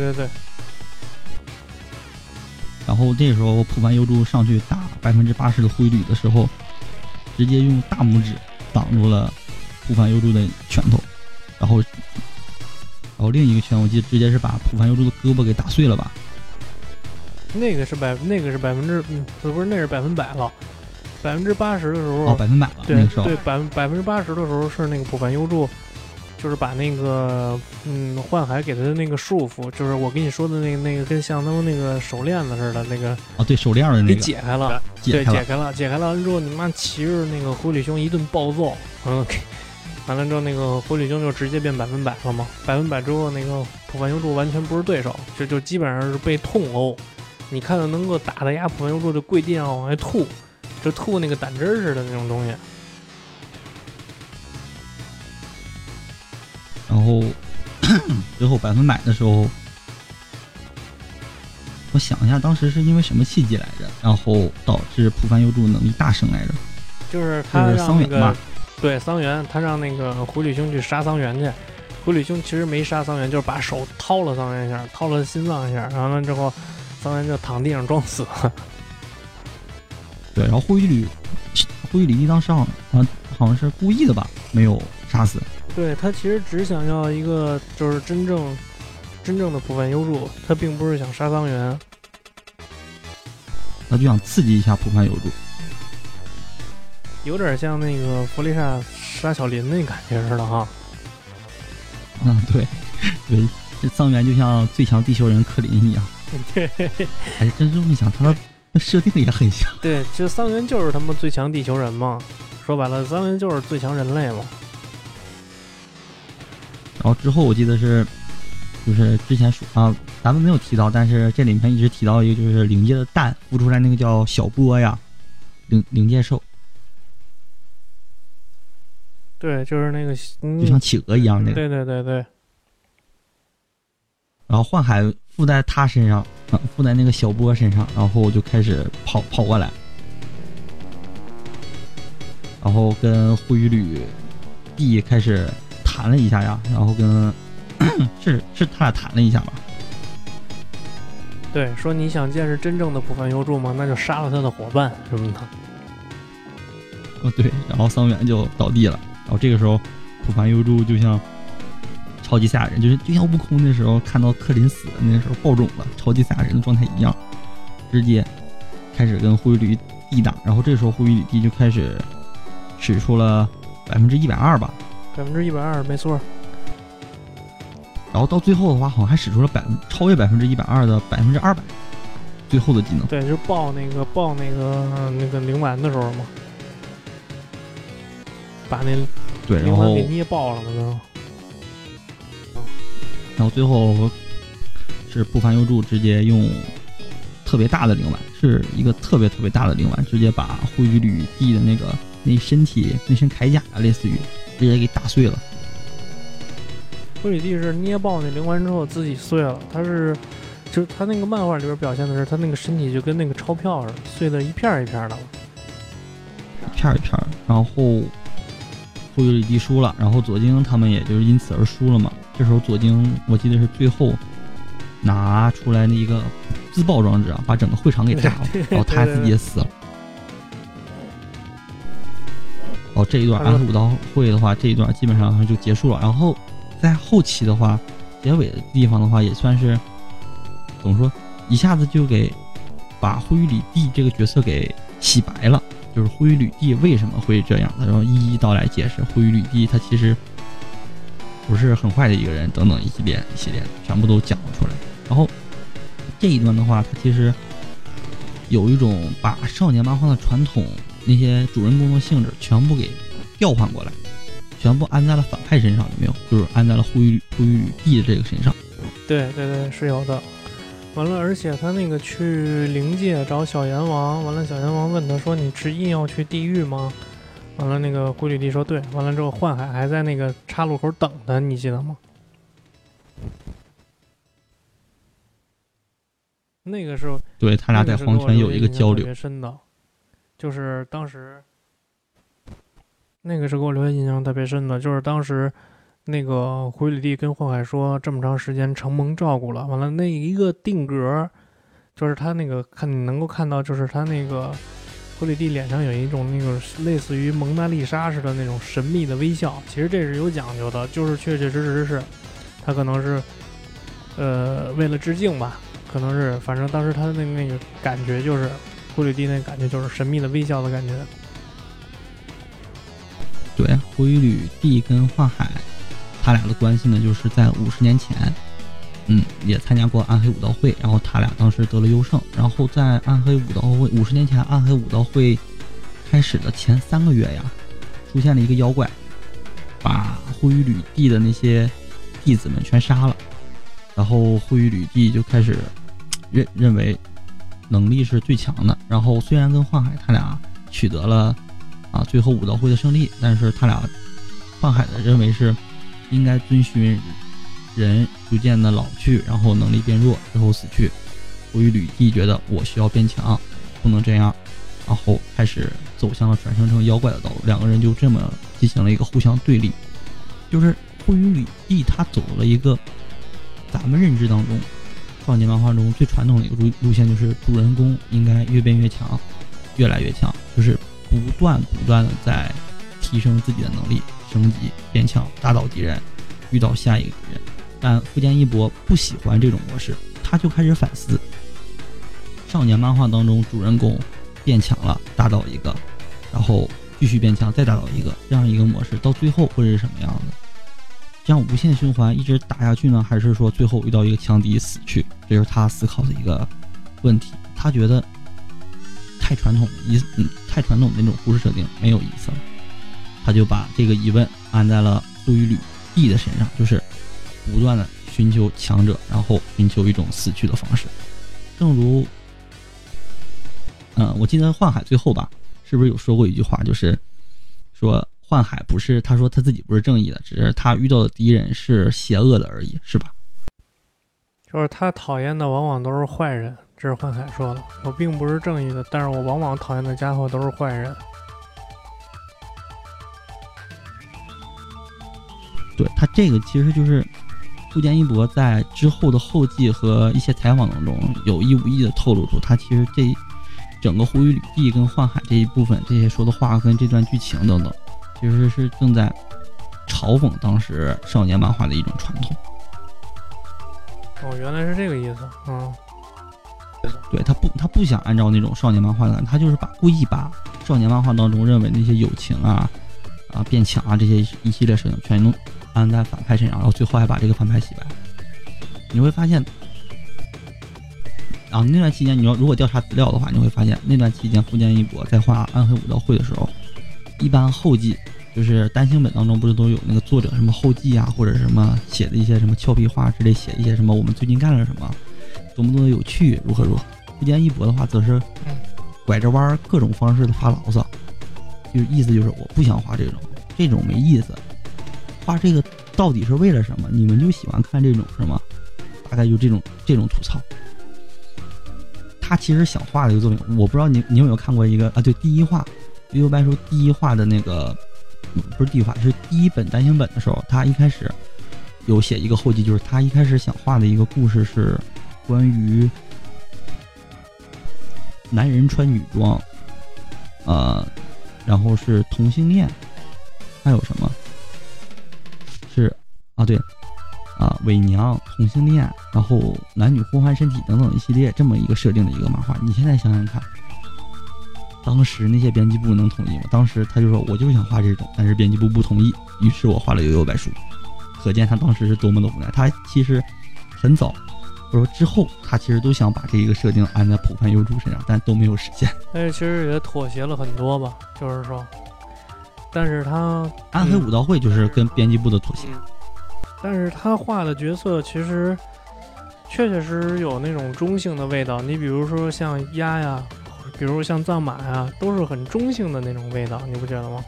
然后这时候浦饭幽助上去打80%的护羽吕的时候，直接用大拇指挡住了浦饭幽助的拳头，然后另一个拳我记得直接是把浦饭幽助的胳膊给打碎了吧？ 那个是100%，不是那是100%了，80%的时候 100%了。 对， 那个时候对80%的时候是那个浦饭幽助。就是把那个幻海给他的那个束缚，就是我跟你说的那个跟像他们那个手链子似的那个对，手链的那个给解开了，解开了之后，你妈骑着那个灰吕兄一顿暴揍，完了之后那个灰吕兄就直接变100%了嘛，100%之后那个浦饭幽助完全不是对手，就基本上是被痛殴，你看到能够打的呀，浦饭幽助就跪地上往外吐，就吐那个胆汁似的那种东西。 然后最后100%的时候，我想一下，当时是因为什么契机来着？然后导致浦饭幽助能力大升来着？ 就是他让那个对桑原，他让那个灰吕兄去杀桑原去。灰吕兄其实没杀桑原，就是把手掏了桑原一下，掏了心脏一下，然后呢之后桑原就躺地上装死。 对，然后灰羽吕地当时好像是故意的吧，没有杀死。 对，他其实只想要一个就是真正的普范幽助，他并不是想杀桑原， 他就想刺激一下普范幽助， 有点像那个弗利萨杀小林那感觉似的哈。 对，这桑原就像最强地球人克林一样。 对， 哎，真这么想，他的设定也很像。 对，这桑原就是他们最强地球人嘛，说白了，桑原就是最强人类嘛。 然后之后我记得就是之前说咱们没有提到，但是这里面一直提到一个就是灵界的蛋孵出来那个叫小波呀，灵界兽。 对，就是那个就像企鹅一样那个。 对。 然后幻海附在他身上，附在那个小波身上，然后就开始跑过来，然后跟灰羽吕地开始谈了一下呀，然后跟是他俩谈了一下吧。 对，说你想见识真正的普范幽助吗？那就杀了他的伙伴什么的。 对，然后桑原就倒地了，然后这个时候普范幽助就像超级赛亚人，就像悟空那时候看到克林死的那时候爆种了，超级赛亚人的状态一样，直接开始跟灰羽吕地打。然后这时候灰羽吕地就开始使出了120%吧 ，120%没错。 然后到最后的话，好像还使出了超越120%的200%，最后的技能。 对，就爆那个灵丸的时候嘛，把那灵丸给捏爆了嘛。 然后最后是不凡幽助直接用特别大的灵丸，是一个特别大的灵丸，直接把灰羽吕地的那身铠甲类似于直接给打碎了。 灰羽地是捏爆那灵丸之后自己碎了，就是他那个漫画里边表现的是他那个身体就跟那个钞票似的，碎的一片一片的了， 一片。然后灰羽吕地输了，然后左京他们也就是因此而输了嘛。这时候左京我记得是最后拿出来那一个自爆装置把整个会场给炸了，然后他自己也死了。然后这一段暗黑武道会的话，这一段基本上就结束了。然后在后期的话，结尾的地方的话，也算是怎么说，一下子就给把灰羽吕地这个角色给洗白了，就是灰羽吕地为什么会这样，然后一一道来解释灰羽吕地他其实不是很坏的一个人，等等一系列全部都讲了出来。然后这一段的话，它其实有一种把少年漫画的传统那些主人公的性质全部给调换过来，全部安在了反派身上，有没有？就是安在了灰羽地的这个身上。 对，是有的。完了，而且他那个去灵界找小阎王，完了小阎王问他说：“你执意要去地狱吗？”完了，那个灰羽地说对。完了之后，幻海还在那个岔路口等他，你记得吗？那个时候， 对他俩在黄泉有一个交流， 特别深的，就是当时那个是给我留下印象特别深的，就是当时那个灰羽地跟幻海说，这么长时间承蒙照顾了。完了，那一个定格，就是他那个你能够看到，就是他那个。灰羽地脸上有一种那种类似于蒙娜丽莎似的那种神秘的微笑，其实这是有讲究的，就是确实是他可能是为了致敬吧，可能是反正当时他的那个感觉就是灰羽地那感觉就是神秘的微笑的感觉。 对，灰羽地跟幻海他俩的关系呢，就是在50年前也参加过暗黑武道会，然后他俩当时得了优胜。然后在暗黑武道会50年前，暗黑武道会开始的前3个月呀，出现了一个妖怪，把灰羽吕地的那些弟子们全杀了。然后灰羽吕地就开始认为能力是最强的。然后虽然跟幻海他俩取得了最后武道会的胜利，但是他俩幻海的认为是应该遵循人逐渐的老去，然后能力变弱，之后死去。灰羽吕地觉得我需要变强，不能这样，然后开始走向了转生成妖怪的道路。两个人就这么进行了一个互相对立，就是灰羽吕地他走了一个咱们认知当中少年漫画中最传统的一个路线就是主人公应该越变越强，越来越强，就是不断的在提升自己的能力，升级变强，打倒敌人，遇到下一个敌人。但富坚义博不喜欢这种模式，他就开始反思，少年漫画当中主人公变强了，打倒一个，然后继续变强，再打倒一个，这样一个模式到最后会是什么样的？这样无限循环一直打下去呢，还是说最后遇到一个强敌死去？这就是他思考的一个问题。他觉得太传统的那种故事设定没有意思了，他就把这个疑问安在了护羽吕地的身上，就是不断的寻求强者，然后寻求一种死去的方式。正如我记得幻海最后吧，是不是有说过一句话，就是说幻海不是，他说他自己不是正义的，只是他遇到的敌人是邪恶的而已，是吧？ 就是他讨厌的往往都是坏人，这是幻海说的。我并不是正义的，但是我往往讨厌的家伙都是坏人。 对，他这个其实就是富坚义博在之后的后记和一些采访当中有意无意的透露出，他其实这整个护羽吕地跟幻海这一部分，这些说的话跟这段剧情等等，其实是正在嘲讽当时少年漫画的一种传统。 哦，原来是这个意思。 对，他不想按照那种少年漫画的，他就是故意把少年漫画当中认为那些友情变强这些一系列事情全都安在反派身上，然后最后还把这个反派洗白。你会发现那段期间，你如果调查资料的话，你会发现那段期间富坚义博在画暗黑武道会的时候，一般后记就是单行本当中不是都有那个作者什么后记或者什么写的一些什么俏皮话之类，写一些什么我们最近干了什么，多么多的有趣，如何。富坚义博的话则是拐着弯各种方式的发牢骚，就是意思就是我不想画这种没意思，画这个到底是为了什么？你们就喜欢看这种是吗？大概就这种吐槽。他其实想画的一个作品，我不知道你有没有看过一个对，第一话《幽游白书》第一话的那个，不是第一话，是第一本单行本的时候，他一开始有写一个后记，就是他一开始想画的一个故事是关于男人穿女装，然后是同性恋，还有什么是对。伪娘、同性恋，然后男女互换身体等等一系列这么一个设定的一个漫画，你现在想想看，当时那些编辑部能同意吗？当时他就说我就是想画这种，但是编辑部不同意，于是我画了《幽游白书》，可见他当时是多么的无奈。他其实很早或者说之后，他其实都想把这一个设定安在浦饭优助身上，但都没有实现。 但是其实也妥协了很多吧，就是说，但是他暗黑武道会就是跟编辑部的妥协。 但是他画的角色其实确实有那种中性的味道，你比如说像鸭呀，比如像藏马呀，都是很中性的那种味道，你不觉得吗？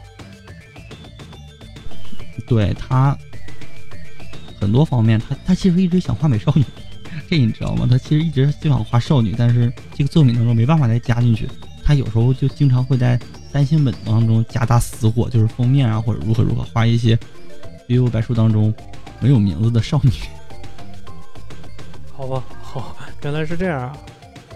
对，他很多方面他其实一直想画美少女，这你知道吗？他其实一直就想画少女，但是这个作品当中没办法再加进去，他有时候就经常会在单行本当中加大死火，就是封面或者如何画一些幽游白书当中没有名字的少女。 好吧，好，原来是这样啊。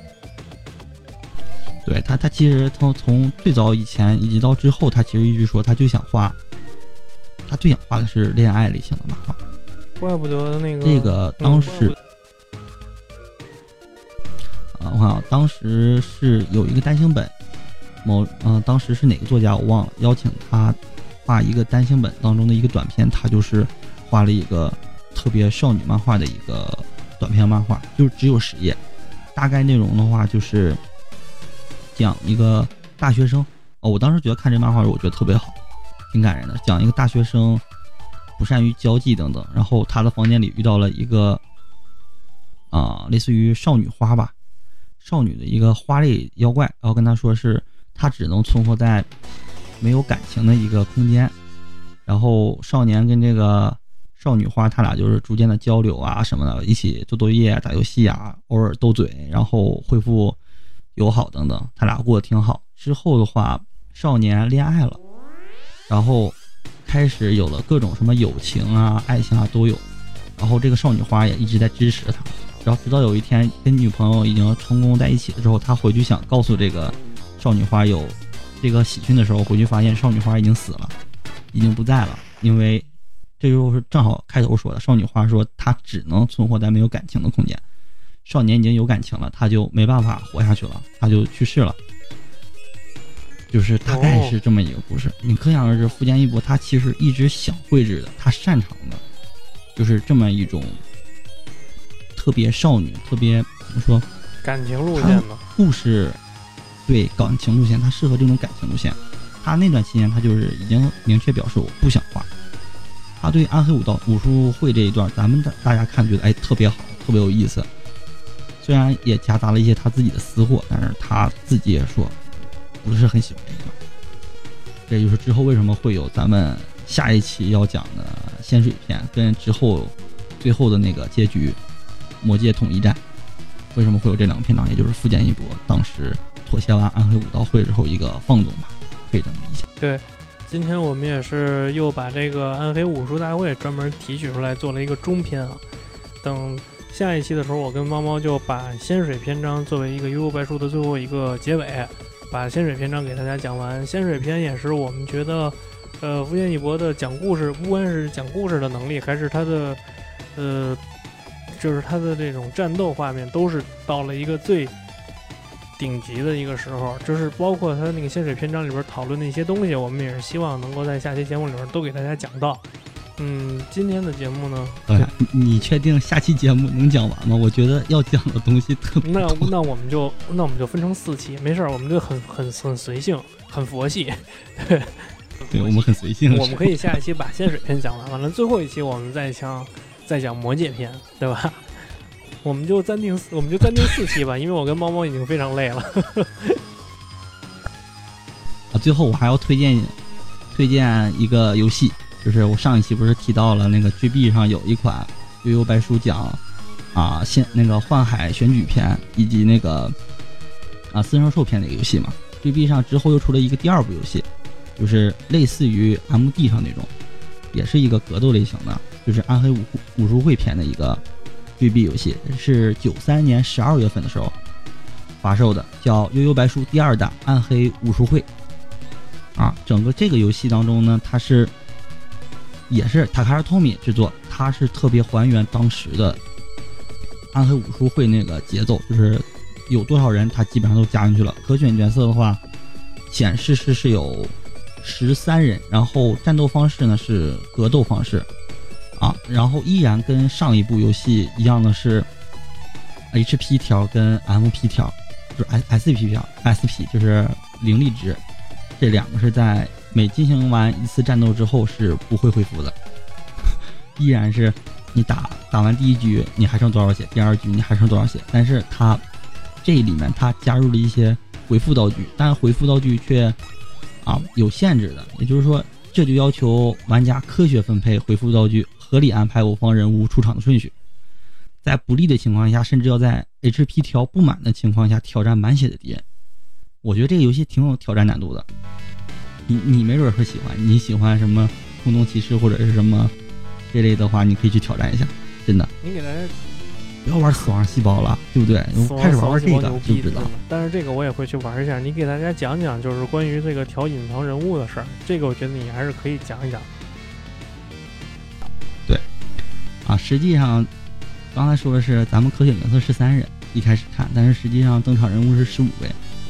对，他其实从最早以前以及到之后，他其实一直说他最想画的是恋爱类型的漫画。 怪不得那个这个当时我看当时是有一个单行本，当时是哪个作家我忘了，邀请他画一个单行本当中的一个短片，他就是画了一个特别少女漫画的一个短篇漫画，就只有10页，大概内容的话就是讲一个大学生我当时觉得看这漫画我觉得特别好，挺感人的，讲一个大学生不善于交际等等，然后他的房间里遇到了一个类似于少女花吧，少女的一个花类妖怪，然后跟他说是他只能存活在没有感情的一个空间，然后少年跟这个少女花他俩就是逐渐的交流什么的，一起做作业打游戏偶尔斗嘴，然后恢复友好等等，他俩过得挺好。之后的话少年恋爱了，然后开始有了各种什么友情爱情都有，然后这个少女花也一直在支持他， 然后直到有一天跟女朋友已经成功在一起了之后，他回去想告诉这个少女花有这个喜讯的时候，回去发现少女花已经死了，已经不在了。因为这就是正好开头说的，少女花说她只能存活在没有感情的空间，少年已经有感情了，他就没办法活下去了，他就去世了。就是大概是这么一个故事。你可想而知，富坚义博他其实一直想绘制的，他擅长的就是这么一种特别少女，特别怎么说， 感情路线的故事。对，感情路线，他适合这种感情路线。他那段期间他就是已经明确表示我不想画。他对暗黑武术会这一段，咱们大家看觉得特别好，特别有意思，虽然也夹杂了一些他自己的私货，但是他自己也说不是很喜欢这一段。这就是之后为什么会有咱们下一期要讲的仙水篇跟之后最后的那个结局魔界统一战，为什么会有这两个篇章，也就是富坚义博当时妥协完暗黑武道会之后一个放纵吧，可以这么理解。 对，今天我们也是又把这个暗黑武术大会专门提取出来做了一个中篇啊。等下一期的时候，我跟猫猫就把仙水篇章作为一个幽游白书的最后一个结尾，把仙水篇章给大家讲完。仙水篇也是我们觉得富坚义博的讲故事，不管是讲故事的能力，还是他的就是他的这种战斗画面，都是到了一个最顶级的一个时候。就是包括他那个仙水篇章里边讨论的一些东西，我们也是希望能够在下期节目里边都给大家讲到。今天的节目呢， 你确定下期节目能讲完吗？我觉得要讲的东西特别多。 那我们就分成4期，没事，我们就很随性，很佛系。 对，我们很随性。 我们可以下一期把仙水篇讲完了，最后一期我们再讲魔界篇，对吧？我们就暂定4期吧，因为我跟猫猫已经非常累了。 最后我还要推荐一个游戏，就是我上一期不是提到了那个 GB 上有一款悠悠白书讲那个幻海选举篇以及那个四圣兽篇的一个游戏嘛。GB 上之后又出了一个第2部游戏，就是类似于 MD 上那种，也是一个格斗类型的，就是暗黑武术会篇的一个 GB 游戏，是93年12月份的时候发售的，叫悠悠白书第2弹暗黑武术会。整个这个游戏当中呢，它也是塔卡尔托米制作，它是特别还原当时的暗黑武术会那个节奏，就是有多少人它基本上都加进去了。可选角色的话显示是有13人，然后战斗方式呢是格斗方式然后依然跟上一部游戏一样的是 HP 条跟 MP 条，就是 SP 条 SP 就是灵力值，这两个是在每进行完一次战斗之后是不会恢复的，依然是你打完第1局你还剩多少血，第2局你还剩多少血，但是它这里面它加入了一些回复道具，但回复道具却有限制的，也就是说这就要求玩家科学分配回复道具，合理安排我方人物出场的顺序，在不利的情况下甚至要在 HP 条不满的情况下挑战满血的敌人。我觉得这个游戏挺有挑战难度的，你没准会喜欢，你喜欢什么空洞骑士或者是什么这类的话，你可以去挑战一下，真的。 你给大家不要玩死亡细胞了，对不对？开始玩这个就知道。 但是这个我也会去玩一下，你给大家讲讲就是关于这个调隐藏人物的事儿，这个我觉得你还是可以讲一讲。 对实际上刚才说的是咱们可选角色是3人一开始看，但是实际上登场人物是15位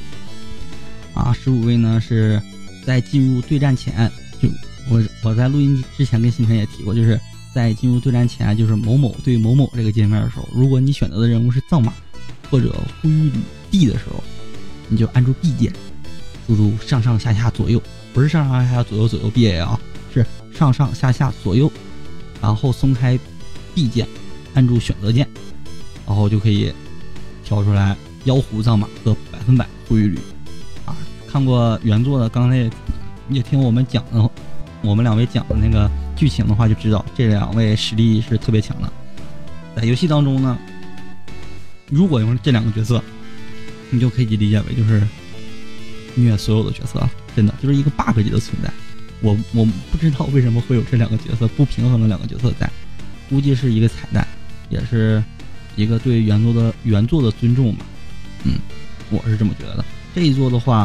15位呢是在进入对战前，就我在录音之前跟新晨也提过，就是在进入对战前，就是某某对某某这个界面的时候，如果你选择的人物是藏马或者呼吁吕地的时候，你就按住 B 键，输入上上下下左右，不是上上下下左右左右 BA 是上上下下左右，然后松开 B 键，按住选择键，然后就可以调出来妖狐藏马和100%呼吁吕看过原作的，刚才也听我们2位讲的那个剧情的话，就知道这2位实力是特别强的。在游戏当中呢，如果用这2个角色，你就可以理解为就是虐所有的角色，真的就是一个 bug 级的存在。我不知道为什么会有这2个角色不平衡的2个角色在，估计是一个彩蛋，也是一个对原作的尊重吧。我是这么觉得的。这一作的话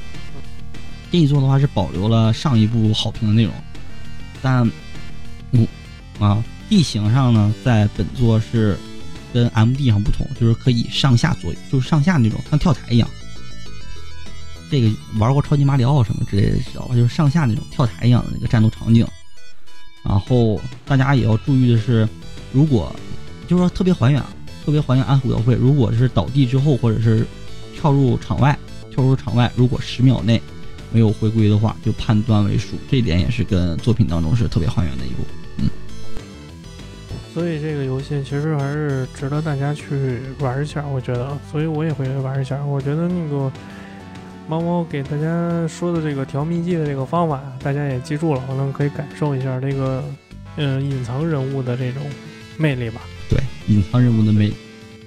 是保留了上一部好评的内容，但地形上呢，在本作是跟 MD 上不同，就是可以上下左右，就是上下那种像跳台一样。这个玩过超级马里奥什么之类的知道吧，就是上下那种跳台一样的那个战斗场景。然后大家也要注意的是，如果就是说特别还原安虎庙会，如果是倒地之后或者是跳入场外，如果10秒内没有回归的话，就判断为输。这一点也是跟作品当中是特别还原的一步。 所以这个游戏其实还是值得大家去玩一下，我觉得，所以我也会玩一下。我觉得那个猫猫给大家说的这个调秘籍的这个方法，大家也记住了，可能可以感受一下这个隐藏人物的这种魅力吧。 对，隐藏人物的魅力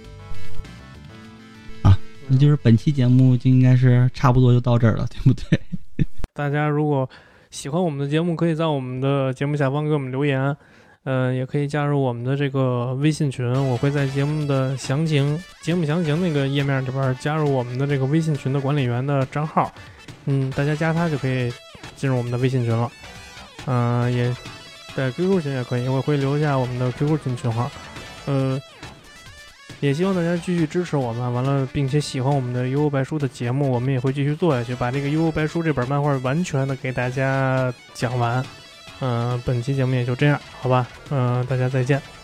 啊，那就是本期节目就应该是差不多就到这儿了，对不对？ 大家如果喜欢我们的节目，可以在我们的节目下方给我们留言。也可以加入我们的这个微信群，我会在节目详情那个页面里边加入我们的这个微信群的管理员的账号，大家加他就可以进入我们的微信群了。也在 QQ 群也可以，我会留下我们的 QQ 群号。也希望大家继续支持我们，完了并且喜欢我们的幽游白书的节目，我们也会继续做下去，把这个幽游白书这本漫画完全的给大家讲完。本期节目也就这样，好吧，大家再见。